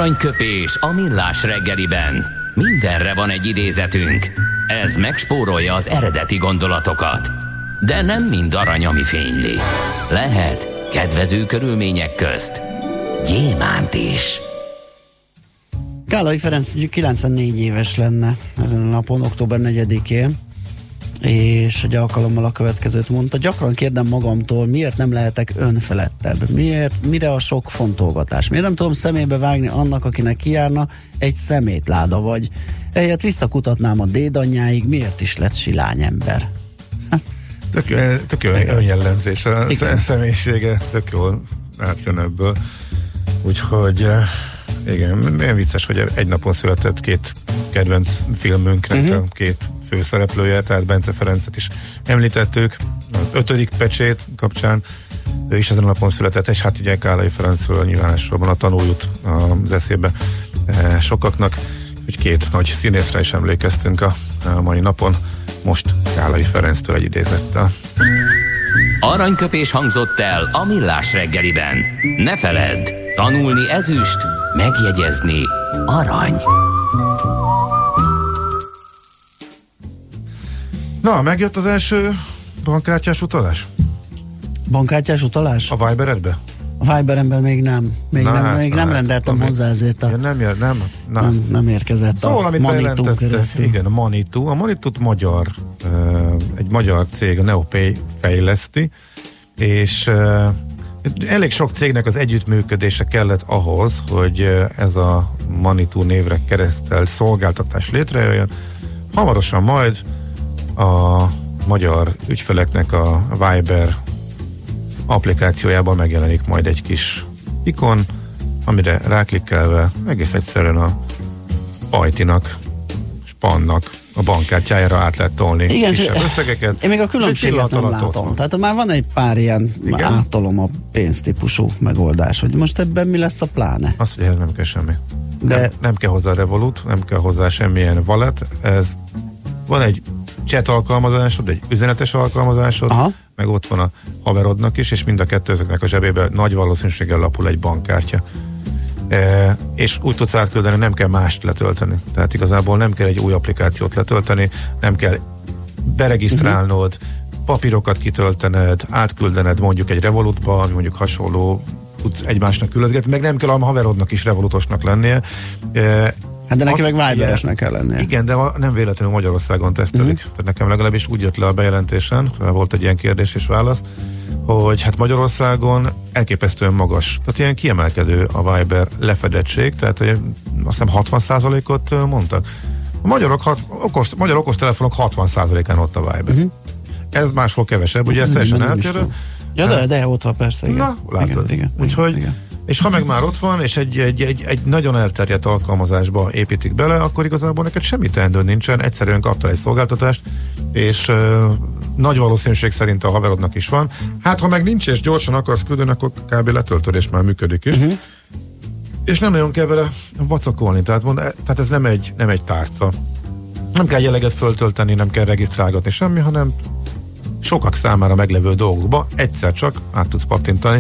Aranyköpés a millás reggeliben. Mindenre van egy idézetünk. Ez megspórolja az eredeti gondolatokat. De nem mind arany, ami fényli. Lehet kedvező körülmények közt gyémánt is. Kálai Ferenc kilencvennégy éves lenne ezen a napon, október negyedikén, és egy alkalommal a következőt mondta: gyakran kérdem magamtól, miért nem lehetek önfelettebb, miért, mire a sok fontolgatás, miért nem tudom szemébe vágni annak, akinek kijárna, egy szemétláda vagy, ehelyett visszakutatnám a dédanyjáig, miért is lett silány ember. Tök, tök jó önjellemzés, a igen. Személyisége tök jól átjön ebből, úgyhogy igen, milyen vicces, hogy egy napon született két kedvenc filmünknek uh-huh. a két főszereplője, tehát Bence Ferencet is említettük, az ötödik pecsét kapcsán, ő is ezen a napon született, és hát ugye Kálai Ferencről nyilván elsősorban a Tanú jut az eszébe e, sokaknak, hogy két nagy színészre is emlékeztünk a, a mai napon, most Kálai Ferenctől egy idézettel. Aranyköpés hangzott el a millás reggeliben. Ne feledd, tanulni ezüst, megjegyezni arany. Na, megjött az első bankkártyás utalás? Bankkártyás utalás? A Viberedbe? A Viberemben még nem. Még na, nem, hát, még na, nem hát, rendeltem hozzá, ezért a, ja, nem, ér, nem, na, nem, nem érkezett szóval, a Manitou keresztül. Igen, a Manitou. A Manitou-t magyar, egy magyar cég, a Neopay fejleszti, és elég sok cégnek az együttműködése kellett ahhoz, hogy ez a Manitou névre keresztel szolgáltatás létrejöjjön. Hamarosan majd a magyar ügyfeleknek a Viber applikációjában megjelenik majd egy kis ikon, amire ráklikkelve egész egyszerűen a Pajtinak, Spannak a bankkártyájára át lehet tolni igen, kisebb összegeket. Én még a különbséget nem látom. Tehát már van egy pár ilyen igen? átolom a pénztípusú megoldás, hogy most ebben mi lesz a pláne? Azt, hogy ehhez nem kell semmi. De nem, nem kell hozzá Revolut, nem kell hozzá semmilyen wallet, ez van egy chat alkalmazásod, egy üzenetes alkalmazásod, aha. meg ott van a haverodnak is, és mind a kettőzöknek a zsebében nagy valószínűséggel lapul egy bankkártya. E, és úgy tudsz átküldeni, nem kell mást letölteni. Tehát igazából nem kell egy új applikációt letölteni, nem kell beregisztrálnod, uh-huh. papírokat kitöltened, átküldened mondjuk egy Revolutba, ami mondjuk hasonló, tudsz egymásnak küldözgetni, meg nem kell a haverodnak is revolutosnak lennie. E, Hát de neki meg Viberesnek kell lennie. Igen, de nem véletlenül Magyarországon tesztelik. Uh-huh. Tehát nekem legalábbis úgy jött le a bejelentésen, volt egy ilyen kérdés és válasz, hogy hát Magyarországon elképesztően magas. Tehát ilyen kiemelkedő a Viber lefedettség, tehát azt hiszem hatvan százalékot mondtak. A magyarok hat, okos, magyar okostelefonok hatvan százalékán ott a Viber. Uh-huh. Ez máshol kevesebb, ugye ez teljesen eltérő. Ja, de, de ott van persze, igen. Na, látod. Igen, igen, Úgyhogy igen. És ha meg már ott van, és egy, egy, egy, egy nagyon elterjedt alkalmazásba építik bele, akkor igazából neked semmi teendő nincsen, egyszerűen kaptál egy szolgáltatást, és uh, nagy valószínűség szerint a haverodnak is van. Hát, ha meg nincs, és gyorsan akarsz küldeni, akkor kb. Letöltöd, és már működik is. Uh-huh. És nem nagyon kell vele vacakolni, tehát, mond, tehát ez nem egy, nem egy tárca. Nem kell jeleget föltölteni, nem kell regisztrálgatni semmi, hanem sokak számára meglevő dolgokba egyszer csak át tudsz pattintani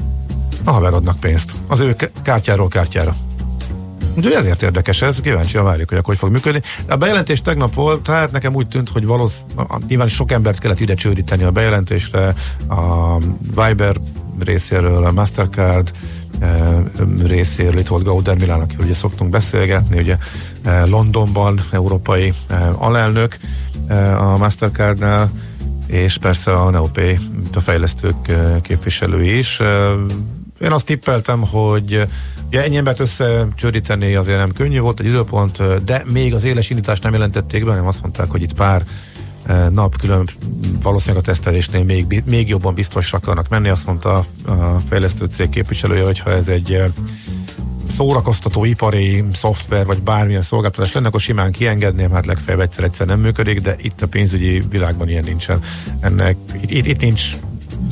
a haverodnak pénzt. Az ő kártyáról kártyára. Úgyhogy ezért érdekes ez, kíváncsian várjuk, hogy akkor hogy fog működni. De a bejelentés tegnap volt, tehát nekem úgy tűnt, hogy valószínűleg nyilván sok embert kellett ide csődíteni a bejelentésre, a Viber részéről, a Mastercard e, részéről, itt volt Gauder Milán, akivel ugye szoktunk beszélgetni, ugye e, Londonban európai e, alelnök e, a Mastercardnál, és persze a Neopay, a fejlesztők e, képviselői is. E, Én azt tippeltem, hogy ja, ennyi embert összecsöríteni azért nem könnyű volt, egy időpont, de még az éles indítást nem jelentették be, hanem azt mondták, hogy itt pár nap külön valószínűleg a tesztelésnél még, még jobban biztosra akarnak menni. Azt mondta a fejlesztő cég képviselője, hogy ha ez egy szórakoztató ipari szoftver, vagy bármilyen szolgáltatás lenne, akkor simán kiengedném, hát legfeljebb egyszer-egyszer nem működik, de itt a pénzügyi világban ilyen nincsen. Ennek, itt, itt, itt nincs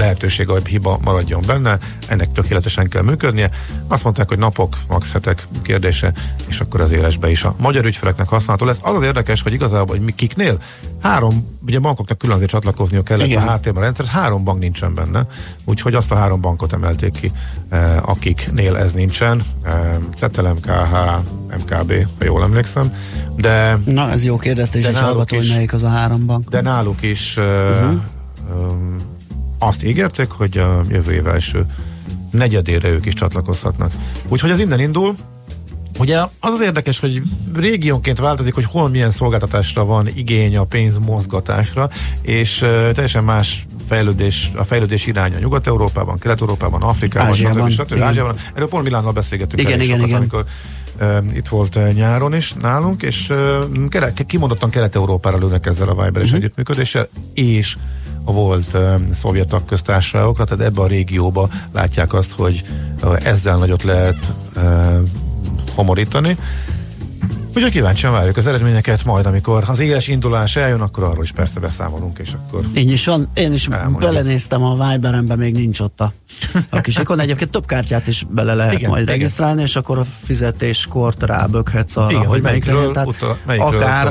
lehetőség, hogy hiba maradjon benne, ennek tökéletesen kell működnie. Azt mondták, hogy napok, max hetek kérdése, és akkor az élesbe is a magyar ügyfeleknek használható lesz. Az az érdekes, hogy igazából, hogy mi kiknél három, ugye bankoknak külön azért csatlakozniuk kellett igen. a háttérben a rendszer, három bank nincsen benne, úgyhogy azt a három bankot emelték ki, eh, akiknél ez nincsen. Eh, Cetelem, ká há, em ká bé, ha jól emlékszem. De, na, ez jó kérdeztés, és hallgató, hogy melyik az a három bank. De náluk is eh, uh-huh. um, azt ígérték, hogy a jövő év első negyedére ők is csatlakozhatnak. Úgyhogy ez innen indul. Ugye az az érdekes, hogy régiónként változik, hogy hol milyen szolgáltatásra van igény a pénzmozgatásra, és uh, teljesen más fejlődés, a fejlődés iránya Nyugat-Európában, Kelet-Európában, Afrikában, Ázsiában, stb. Ázsiában. Erről pont Milánnal beszélgettünk igen, igen, sokat, igen. amikor uh, itt volt uh, nyáron is nálunk, és uh, kere, kimondottan Kelet-Európára lőnek ezzel a Viber-es uh-huh. együttműködéssel, és a volt uh, szovjet tagköztársaságokra, tehát ebbe a régióba látják azt, hogy uh, ezzel nagyot lehet uh, homorítani. Úgyhogy kíváncsian várjuk az eredményeket, majd amikor az éles indulás eljön, akkor arról is persze beszámolunk, és akkor Így is van, én is elmondjuk. Belenéztem a Viberembe, még nincs ott a, a kis ikon. Egyébként több kártyát is bele lehet igen, majd igen. regisztrálni, és akkor a fizetéskort rábökhetsz arra, igen, hogy melyikre melyikről, tehát utal, melyikről akár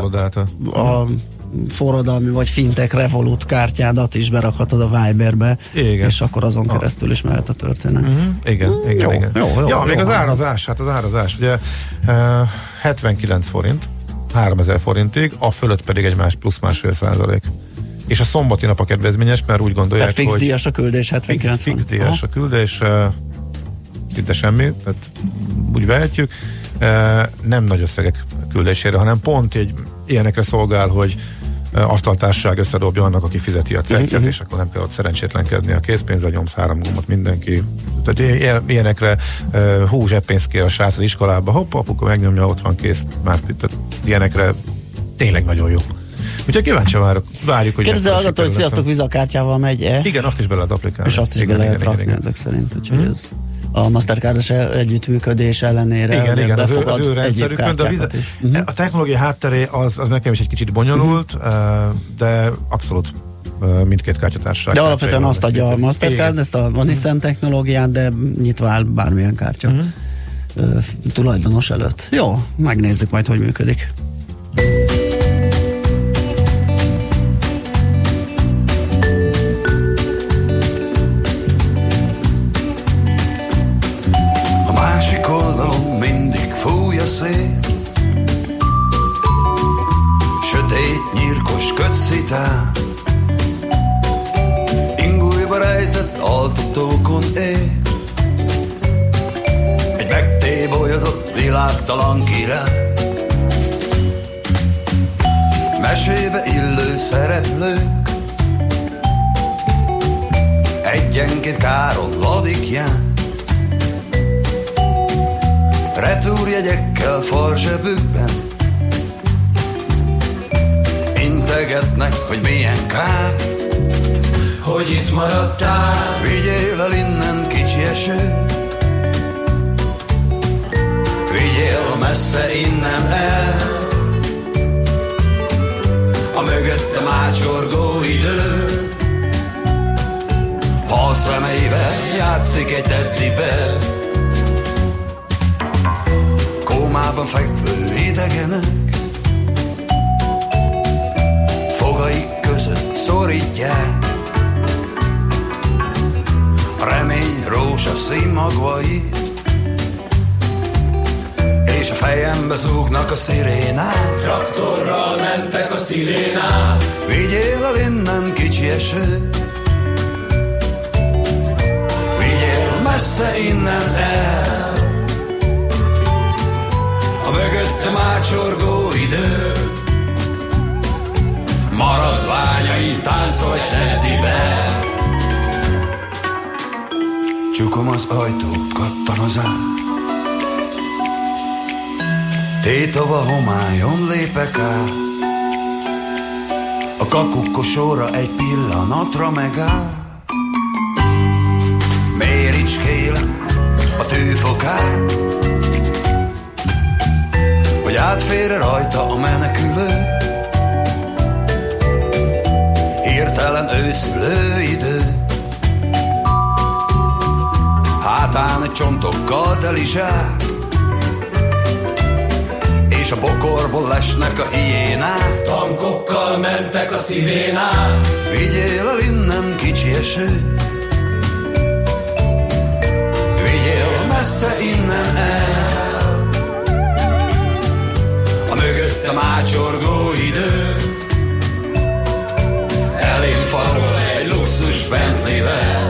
a forradalmi vagy fintech Revolut kártyádat is berakhatod a Viberbe, igen. és akkor azon keresztül is mehet a történet. Uh-huh. Igen, igen, jó, igen. Jó, jó, ja, jó, még jó, az árazás, hát az árazás, ugye uh, hetvenkilenc forint, háromezer forintig, a fölött pedig egy más plusz másfél százalék. És a szombati nap a kedvezményes, mert úgy gondolják, hát fix hogy díjas a küldés, hetvenkilenc fix, fix díjas a küldés, uh, szinte semmi, tehát úgy vehetjük. Uh, nem nagy összegek küldésére, hanem pont egy ilyenekre szolgál, hogy uh, asztaltársaság összedobja annak, aki fizeti a cekket, uh-huh. és akkor nem kell ott szerencsétlenkedni a készpénzzel, nyomsz három gombot mindenki. Tehát ilyen, ilyenekre uh, hú, zseppénzt kér a srác az iskolába, hopp, apuka megnyomja, ott van kész, már tehát ilyenekre tényleg nagyon jó. Úgyhogy kíváncsi várjuk, várjuk, hogy kérdezze hallgató, hogy sziasztok, vizakártyával megy-e? Igen, azt is be lehet applikálni. És azt is igen, be lehet igen, rakni igen, ezek szerint, úgyhogy hmm. ez a Mastercardos együttműködés ellenére igen, igen, befogad az ő, az ő egyéb kártyákat is. Uh-huh. A technológia hátteré az, az nekem is egy kicsit bonyolult, uh-huh. de abszolút mindkét kártyatársaság. De alapvetően azt adja a Mastercard, ezt a Vanissen uh-huh. technológiát, de nyitva áll bármilyen kártya uh-huh. uh, tulajdonos előtt. Jó, megnézzük majd, hogy működik. Sötét, nyírkos kötszitán ingújba rejtett altatókon ér egy megtébolyodott világtalan király. Mesébe illő szereplők egyenként káron ladikján, retúrjegyekkel farzsebükben integetnek, hogy milyen kár, hogy itt maradtál. Vigyél el innen, kicsi eső, vigyél messze innen el, a mögöttem ácsorgó idő, hal szemeivel játszik egy teddibe. Kómában fekvő idegenek fogaik között szorítják a remény rózsaszín magvait, és a fejembe zúgnak a szirénák. Traktorral mentek a szirénák. Vigyél el innen, kicsi eső, vigyél messze innen el, a mögöttem ácsorgó idő, maradványaim táncolj teddibe. Csukom az ajtót, kattan az ár, tétova homályon lépek át, a kakukkosóra egy pillanatra megáll. Méricskélem a tűfokát, hogy átfér rajta a menekülő, hirtelen őszülő idő, nagy csontokkal teli zsák, és a bokorból lesnek a hiénák. Tankokkal mentek a szirénák. Vigyél el innen kicsi eső, vigyél messze innen el, a mögöttem ácsorgó idő, elém farol egy luxus Bentleyvel.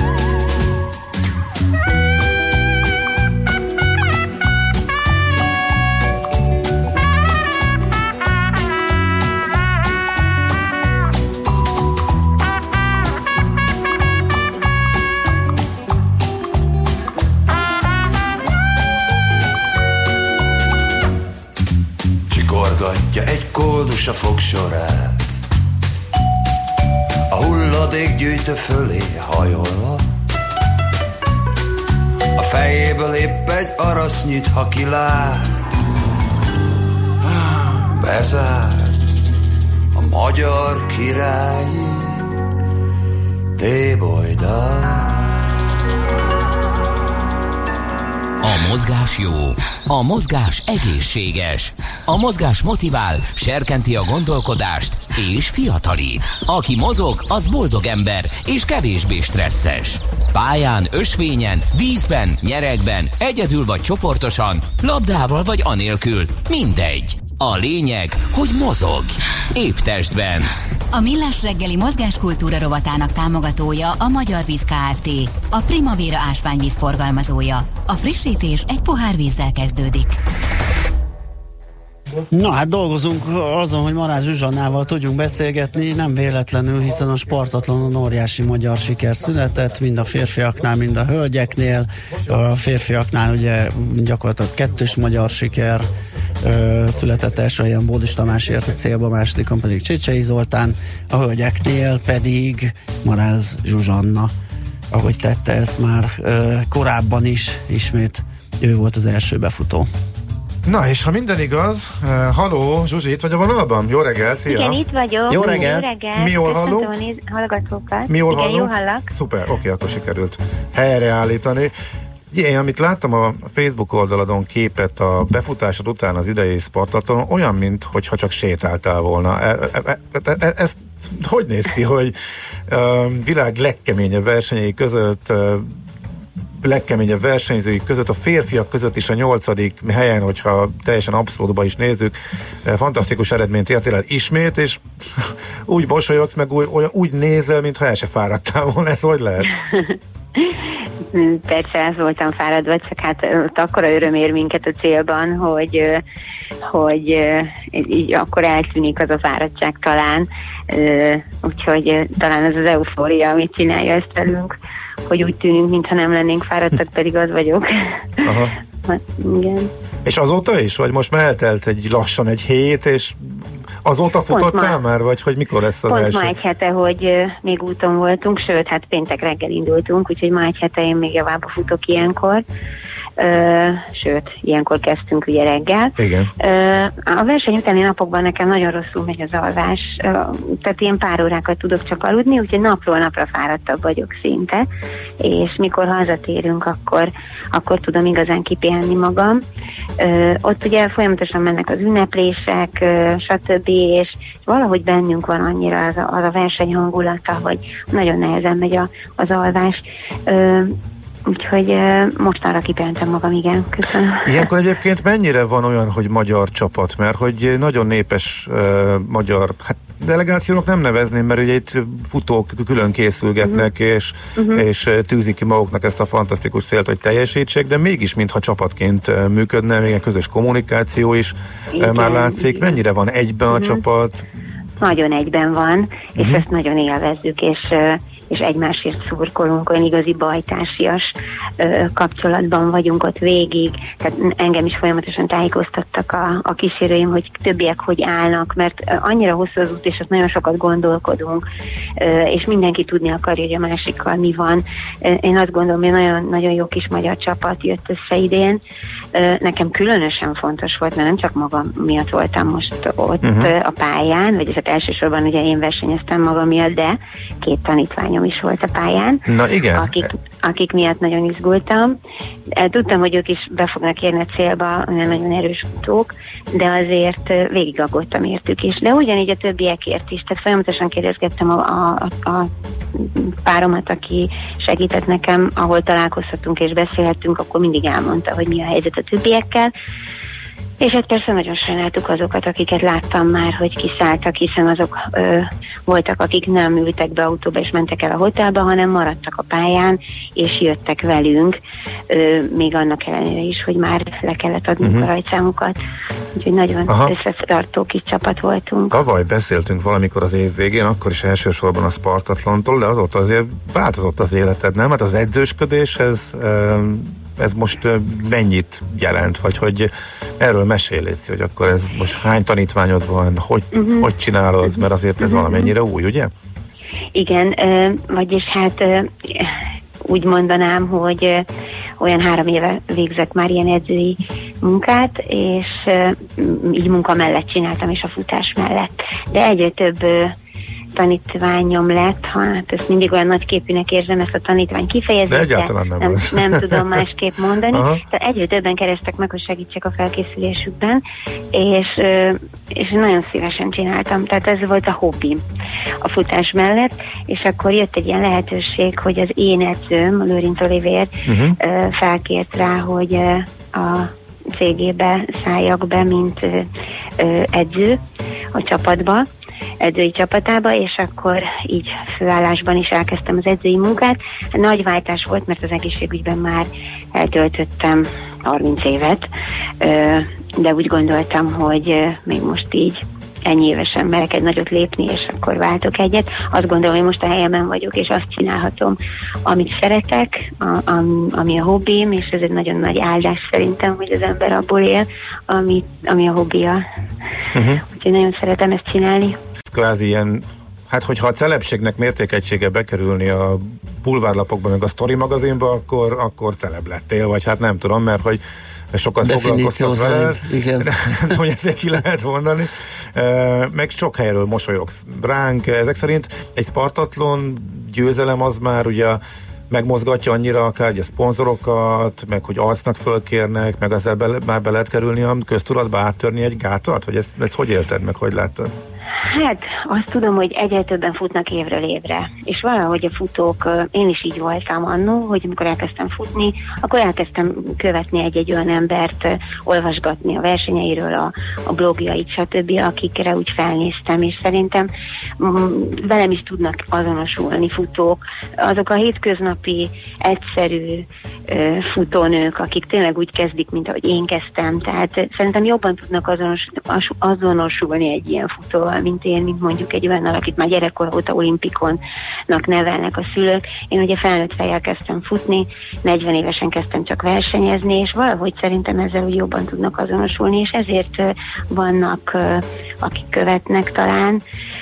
Csikorgatja egy koldus a fogsorát, a hulladék gyűjtő fölé hajolva, a fejéből épp egy arasznyit, ha kilát, bezár a magyar királyi tébolydát. A mozgás jó, a mozgás egészséges, a mozgás motivál, serkenti a gondolkodást és fiatalít. Aki mozog, az boldog ember és kevésbé stresszes. Pályán, ösvényen, vízben, nyeregben, egyedül vagy csoportosan, labdával vagy anélkül, mindegy. A lényeg, hogy mozog. Épp testben. A Millás reggeli mozgáskultúra rovatának támogatója a Magyar Víz Kft. A Primavera ásványvíz forgalmazója. A frissítés egy pohár vízzel kezdődik. Na hát dolgozunk azon, hogy Maráz Zsuzsannával tudjunk beszélgetni, nem véletlenül, hiszen a Spartatlonon óriási magyar siker született, mind a férfiaknál, mind a hölgyeknél. A férfiaknál ugye gyakorlatilag kettős magyar siker ö, született, első helyen Bódis Tamás ért a célba, másodikon pedig Csécsei Zoltán, a hölgyeknél pedig Maráz Zsuzsanna, ahogy tette ezt már ö, korábban is, ismét ő volt az első befutó. Na, és ha minden igaz, uh, haló, Zsuzsi, itt vagy a vonalban? Jó reggelt, szia! Igen, itt vagyok. Jó reggelt! Jó reggelt. Mi jól hallunk? Hallgatókat. Mi jól Igen, hallunk? jó hallak. Szuper, oké, akkor sikerült helyreállítani. Én, amit láttam a Facebook oldaladon képet a befutásod után az idei Spartatlonon, olyan, mintha csak sétáltál volna. E, e, e, e, ez hogy néz ki, hogy uh, világ legkeményebb versenyei között uh, legkeményebb versenyzői között, a férfiak között is a nyolcadik helyen, hogyha teljesen abszolútba is nézzük, fantasztikus eredményt értél el ismét, és úgy mosolyogsz, meg úgy, olyan, úgy nézel, mintha el se fáradtál volna. Ez hogy lehet? Persze, ez voltam fáradva, csak hát ott akkora öröm ér minket a célban, hogy, hogy így akkor eltűnik az a fáradtság talán, úgyhogy talán ez az eufória, amit csinálja ezt velünk, hogy úgy tűnünk, mintha nem lennénk fáradtak, pedig az vagyok. Aha. Hát, igen. És azóta is? Vagy most már eltelt egy lassan egy hét, és azóta futottál már, vagy hogy mikor lesz az pont első? ma egy hete, hogy uh, még úton voltunk, sőt, hát péntek reggel indultunk, úgyhogy ma egy hete én még javába futok ilyenkor. Uh, sőt, ilyenkor kezdtünk ugye reggel. Igen. Uh, a verseny utáni napokban nekem nagyon rosszul megy az alvás, uh, tehát én pár órákat tudok csak aludni, úgyhogy napról napra fáradtabb vagyok szinte, és mikor hazatérünk, akkor, akkor tudom igazán kipihenni magam. Uh, ott ugye folyamatosan mennek az ünneplések, uh, stb., és valahogy bennünk van annyira az a, az a verseny hangulata, hogy nagyon nehezen megy a, az alvás. Uh, Úgyhogy uh, mostanra kipihentem magam, igen, köszönöm. Ilyenkor egyébként mennyire van olyan, hogy magyar csapat, mert hogy nagyon népes uh, magyar, hát delegációnak nem nevezném, mert ugye itt futók külön készülgetnek, uh-huh. és, uh-huh. és tűzik ki maguknak ezt a fantasztikus célt, hogy teljesítsék, de mégis mintha csapatként működne, még egy közös kommunikáció is igen, már látszik. Igen. Mennyire van egyben uh-huh. a csapat? Nagyon egyben van, és uh-huh. ezt nagyon élvezzük, és és egymásért szurkolunk, olyan igazi bajtársias ö, kapcsolatban vagyunk ott végig, tehát engem is folyamatosan tájékoztattak a, a kísérőim, hogy többiek hogy állnak, mert annyira hosszú az út, és ott nagyon sokat gondolkodunk, ö, és mindenki tudni akarja, hogy a másikkal mi van. Én azt gondolom, hogy nagyon, nagyon jó kis magyar csapat jött össze idén. Ö, nekem különösen fontos volt, mert nem csak magam miatt voltam most ott uh-huh. a pályán, vagyis hát elsősorban ugye én versenyeztem magam miatt, de két tanítványom is volt a pályán. Na igen. Akik, akik miatt nagyon izgultam. Tudtam, hogy ők is be fognak érni a célba, nem nagyon erős futók, de azért végig aggódtam értük is. De ugyanígy a többiekért is, tehát folyamatosan kérdezgettem a, a, a páromat, aki segített nekem, ahol találkozhatunk és beszélhettünk, akkor mindig elmondta, hogy mi a helyzet a többiekkel. És hát persze nagyon sajnáltuk azokat, akiket láttam már, hogy kiszálltak, hiszen azok ö, voltak, akik nem ültek be autóba és mentek el a hotelba, hanem maradtak a pályán, és jöttek velünk, ö, még annak ellenére is, hogy már le kellett adnunk uh-huh. a rajtszámukat. Úgyhogy nagyon összetartó kis csapat voltunk. Tavaly beszéltünk valamikor az év végén, akkor is elsősorban a Spartatlontól, de azóta azért változott az életed, nem? Hát az edzősködéshez... Ö, ez most mennyit jelent, vagy hogy erről mesélj, hogy akkor ez most hány tanítványod van, hogy, uh-huh. hogy csinálod, mert azért ez uh-huh. valamennyire új, ugye? Igen, vagyis hát úgy mondanám, hogy olyan három éve végzek már ilyen edzői munkát, és így munka mellett csináltam, és a futás mellett. De egyre több tanítványom lett, hát ezt mindig olyan nagyképűnek érzem, ezt a tanítvány kifejezést, de nem, nem, nem tudom másképp mondani. Aha. Tehát egyre többen kerestek meg, hogy segítsek a felkészülésükben, és, és nagyon szívesen csináltam. Tehát ez volt a hobbim a futás mellett, és akkor jött egy ilyen lehetőség, hogy az én edzőm, Lőrinc Olivér uh-huh. felkért rá, hogy a cégébe szálljak be, mint edző a csapatba, edzői csapatába, és akkor így főállásban is elkezdtem az edzői munkát. Nagy váltás volt, mert az egészségügyben már eltöltöttem harminc évet, de úgy gondoltam, hogy még most így ennyi évesen merek egy nagyot lépni, és akkor váltok egyet. Azt gondolom, hogy most a helyemen vagyok, és azt csinálhatom, amit szeretek, a, a, ami a hobbim, és ez egy nagyon nagy áldás szerintem, hogy az ember abból él, ami, ami a hobbija. Uh-huh. Úgyhogy nagyon szeretem ezt csinálni. Kvázi ilyen, hát hogyha a celebségnek mértékegysége bekerülni a bulvárlapokba, meg a Story magazinba, akkor, akkor celeb lettél, vagy hát nem tudom, mert hogy sokat foglalkoztak vele, nem tudom, hogy ezért ki lehet mondani, meg sok helyről mosolyogsz ránk. Ezek szerint egy Spartatlon győzelem az már ugye megmozgatja annyira akár ugye szponzorokat, meg hogy arcnak fölkérnek, meg ezzel be, már be lehet kerülni a köztudatba, áttörni egy gátat? Vagy ezt, ezt hogy élted meg, hogy láttad? Hát azt tudom, hogy egyre többen futnak évről évre, és valahogy a futók, én is így voltam annó, hogy amikor elkezdtem futni, akkor elkezdtem követni egy-egy olyan embert, olvasgatni a versenyeiről, a, a blogjait, stb., akikre úgy felnéztem, és szerintem m- velem is tudnak azonosulni futók, azok a hétköznapi, egyszerű ö, futónők, akik tényleg úgy kezdik, mint ahogy én kezdtem, tehát szerintem jobban tudnak azonos, azonosulni egy ilyen futóval, mint én, mint mondjuk egy olyan, akit már gyerekkor óta olimpikonnak nevelnek a szülők. Én ugye felnőtt fejjel kezdtem futni, negyven évesen kezdtem csak versenyezni, és valahogy szerintem ezzel úgy jobban tudnak azonosulni, és ezért vannak, akik követnek talán.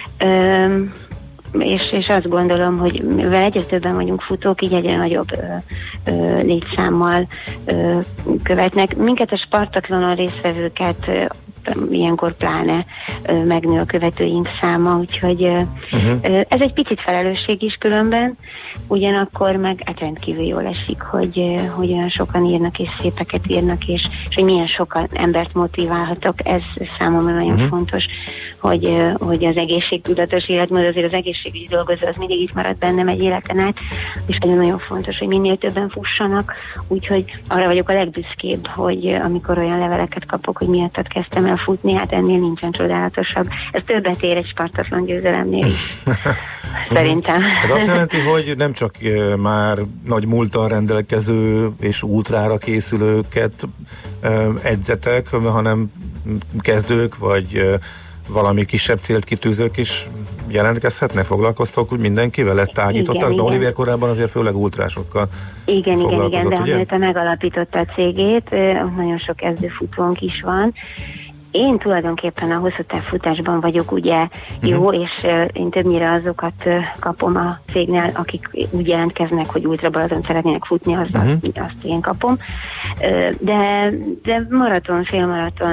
És, és azt gondolom, hogy mivel egyre többen vagyunk futók, így egyre nagyobb ö, ö, létszámmal ö, követnek. Minket a Spartatlonon résztvevőket ö, ilyenkor pláne ö, megnő a követőink száma, úgyhogy ö, uh-huh. ö, ez egy picit felelősség is különben, ugyanakkor meg hát rendkívül jól esik, hogy, ö, hogy olyan sokan írnak és szépeket írnak, és, és hogy milyen sokan embert motiválhatok, ez számomra nagyon uh-huh. fontos, hogy, ö, hogy az egészségtudatos életmód, azért az egészségügyi dolgozó, az mindig itt marad bennem egy életen át, és nagyon fontos, hogy minél többen fussanak, úgyhogy arra vagyok a legbüszkébb, hogy amikor olyan leveleket kapok, hogy miattad kezdtem el futni, hát ennél nincsen csodálatosabb. Ez többet ér egy Spartatlan győzelemnél is. Szerintem. Ez azt jelenti, hogy nem csak már nagy múlttal rendelkező és útrára készülőket edzetek, hanem kezdők, vagy valami kisebb célt kitűzők is jelentkezhetnek, foglalkoztok úgy mindenkivel, ezt tágítottak, de Olivér korábban azért főleg ultrásokkal igen, igen, igen, de amióta megalapította a cégét, nagyon sok kezdőfutónk is van. Én tulajdonképpen a hosszú távfutásban vagyok ugye jó, uh-huh. és uh, én többnyire azokat uh, kapom a cégnél, akik úgy jelentkeznek, hogy ultrabaladon szeretnének futni, azt, uh-huh. azt, azt én kapom. Uh, de, de maraton, félmaraton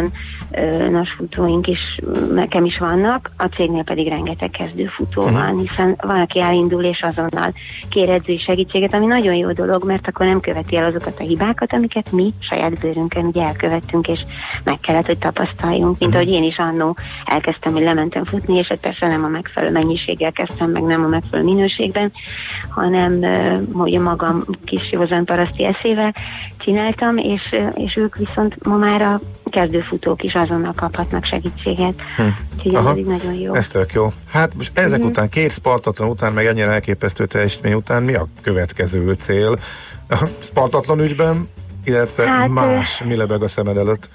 nasfutóink is, nekem is vannak, a cégnél pedig rengeteg kezdőfutó uh-huh. van, hiszen van, aki elindul és azonnal kér edzői segítséget, ami nagyon jó dolog, mert akkor nem követi el azokat a hibákat, amiket mi saját bőrünkön ugye elkövettünk, és meg kellett, hogy tapasztaljunk, mint ahogy én is annó elkezdtem, hogy lementem futni, és persze nem a megfelelő mennyiséggel kezdtem, meg nem a megfelelő minőségben, hanem hogy a magam kis józan paraszti eszével csináltam, és, és ők viszont ma már a kezdőfutók is azonnal kaphatnak segítséget. Hm. Úgyhogy ez nagyon jó. Ez tök jó. Hát most ezek mm. után, két Spartatlan után, meg ennyire elképesztő teljesítmény után mi a következő cél a Spartatlan ügyben, illetve hát, más, mi lebeg a szemed előtt?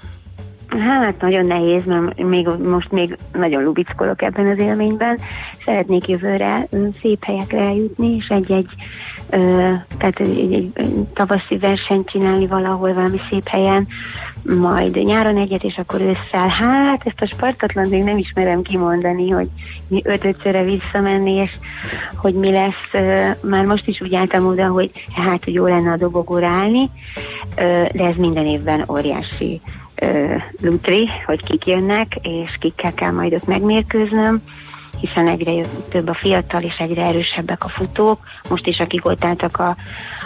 Hát nagyon nehéz, mert még, most még nagyon lubickolok ebben az élményben. Szeretnék jövőre szép helyekre eljutni, és egy-egy Ö, tehát egy, egy, egy tavaszi versenyt csinálni valahol valami szép helyen, majd nyáron egyet, és akkor ősszel. Hát ezt a Spartatlant még nem ismerem kimondani, hogy mi öt-ötszörre visszamenni, és hogy mi lesz. Ö, már most is úgy álltam oda, hogy hát, hogy jó lenne a dobogóra állni, ö, de ez minden évben óriási ö, lutri, hogy kik jönnek, és kikkel kell majd ott megmérkőznöm, hiszen egyre több a fiatal, és egyre erősebbek a futók. Most is, akik ott álltak a,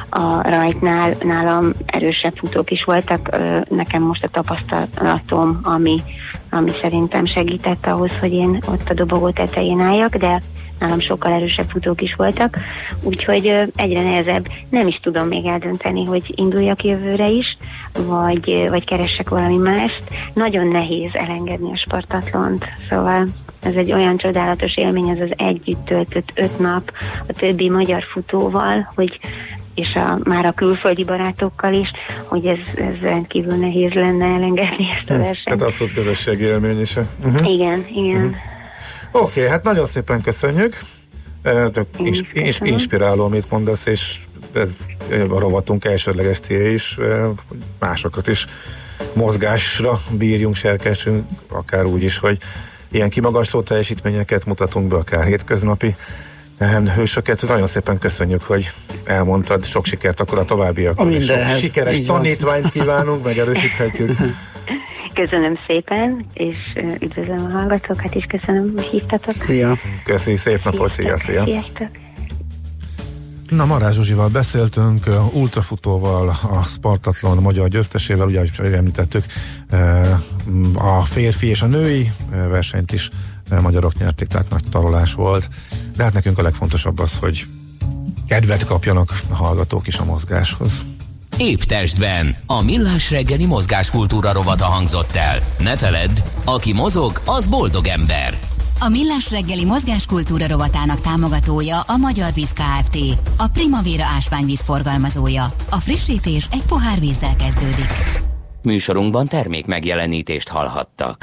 a rajtnál, nálam erősebb futók is voltak. Nekem most a tapasztalatom, ami, ami szerintem segített ahhoz, hogy én ott a dobogó tetején álljak, de nálam sokkal erősebb futók is voltak, úgyhogy egyre nehezebb. Nem is tudom még eldönteni, hogy induljak jövőre is, vagy, vagy keressek valami mást. Nagyon nehéz elengedni a Spartatlont, szóval ez egy olyan csodálatos élmény, ez az együtt töltött öt nap a többi magyar futóval, hogy és a, már a külföldi barátokkal is, hogy ez, ez rendkívül nehéz lenne elengedni ezt a versenyt. Tehát abszolút közösségi élmény is. Uh-huh. Igen, igen. Uh-huh. Oké, okay, hát nagyon szépen köszönjük. Ins- ins- inspiráló, amit mondasz, és ez a rovatunk elsődleges célja is, másokat is mozgásra bírjunk, serkessünk, akár úgy is, hogy ilyen kimagasló teljesítményeket mutatunk be, akár hétköznapi hősöket. Nagyon szépen köszönjük, hogy elmondtad. Sok sikert akkor a továbbiakon. A sok sikeres tanítványt kívánunk, megerősíthetjük. Köszönöm szépen, és üdvözlöm a hallgatókat, és köszönöm, hogy hívtatok. Szia! Köszi, szép napot, szia, szia! Sziasztok! Na, Marázs Zsuzsival beszéltünk, ultrafutóval, a Spartatlan magyar győztesével, ugye, ahogy említettük, a férfi és a női versenyt is magyarok nyerték, tehát nagy tarolás volt, de hát nekünk a legfontosabb az, hogy kedvet kapjanak a hallgatók is a mozgáshoz. Épp testben a Millás reggeli mozgáskultúra rovata hangzott el. Ne feledd, aki mozog, az boldog ember. A Millás reggeli mozgáskultúra rovatának támogatója a Magyar Víz Kft. A Primavera ásványvíz forgalmazója. A frissítés egy pohár vízzel kezdődik. Műsorunkban termék megjelenítést hallhattak.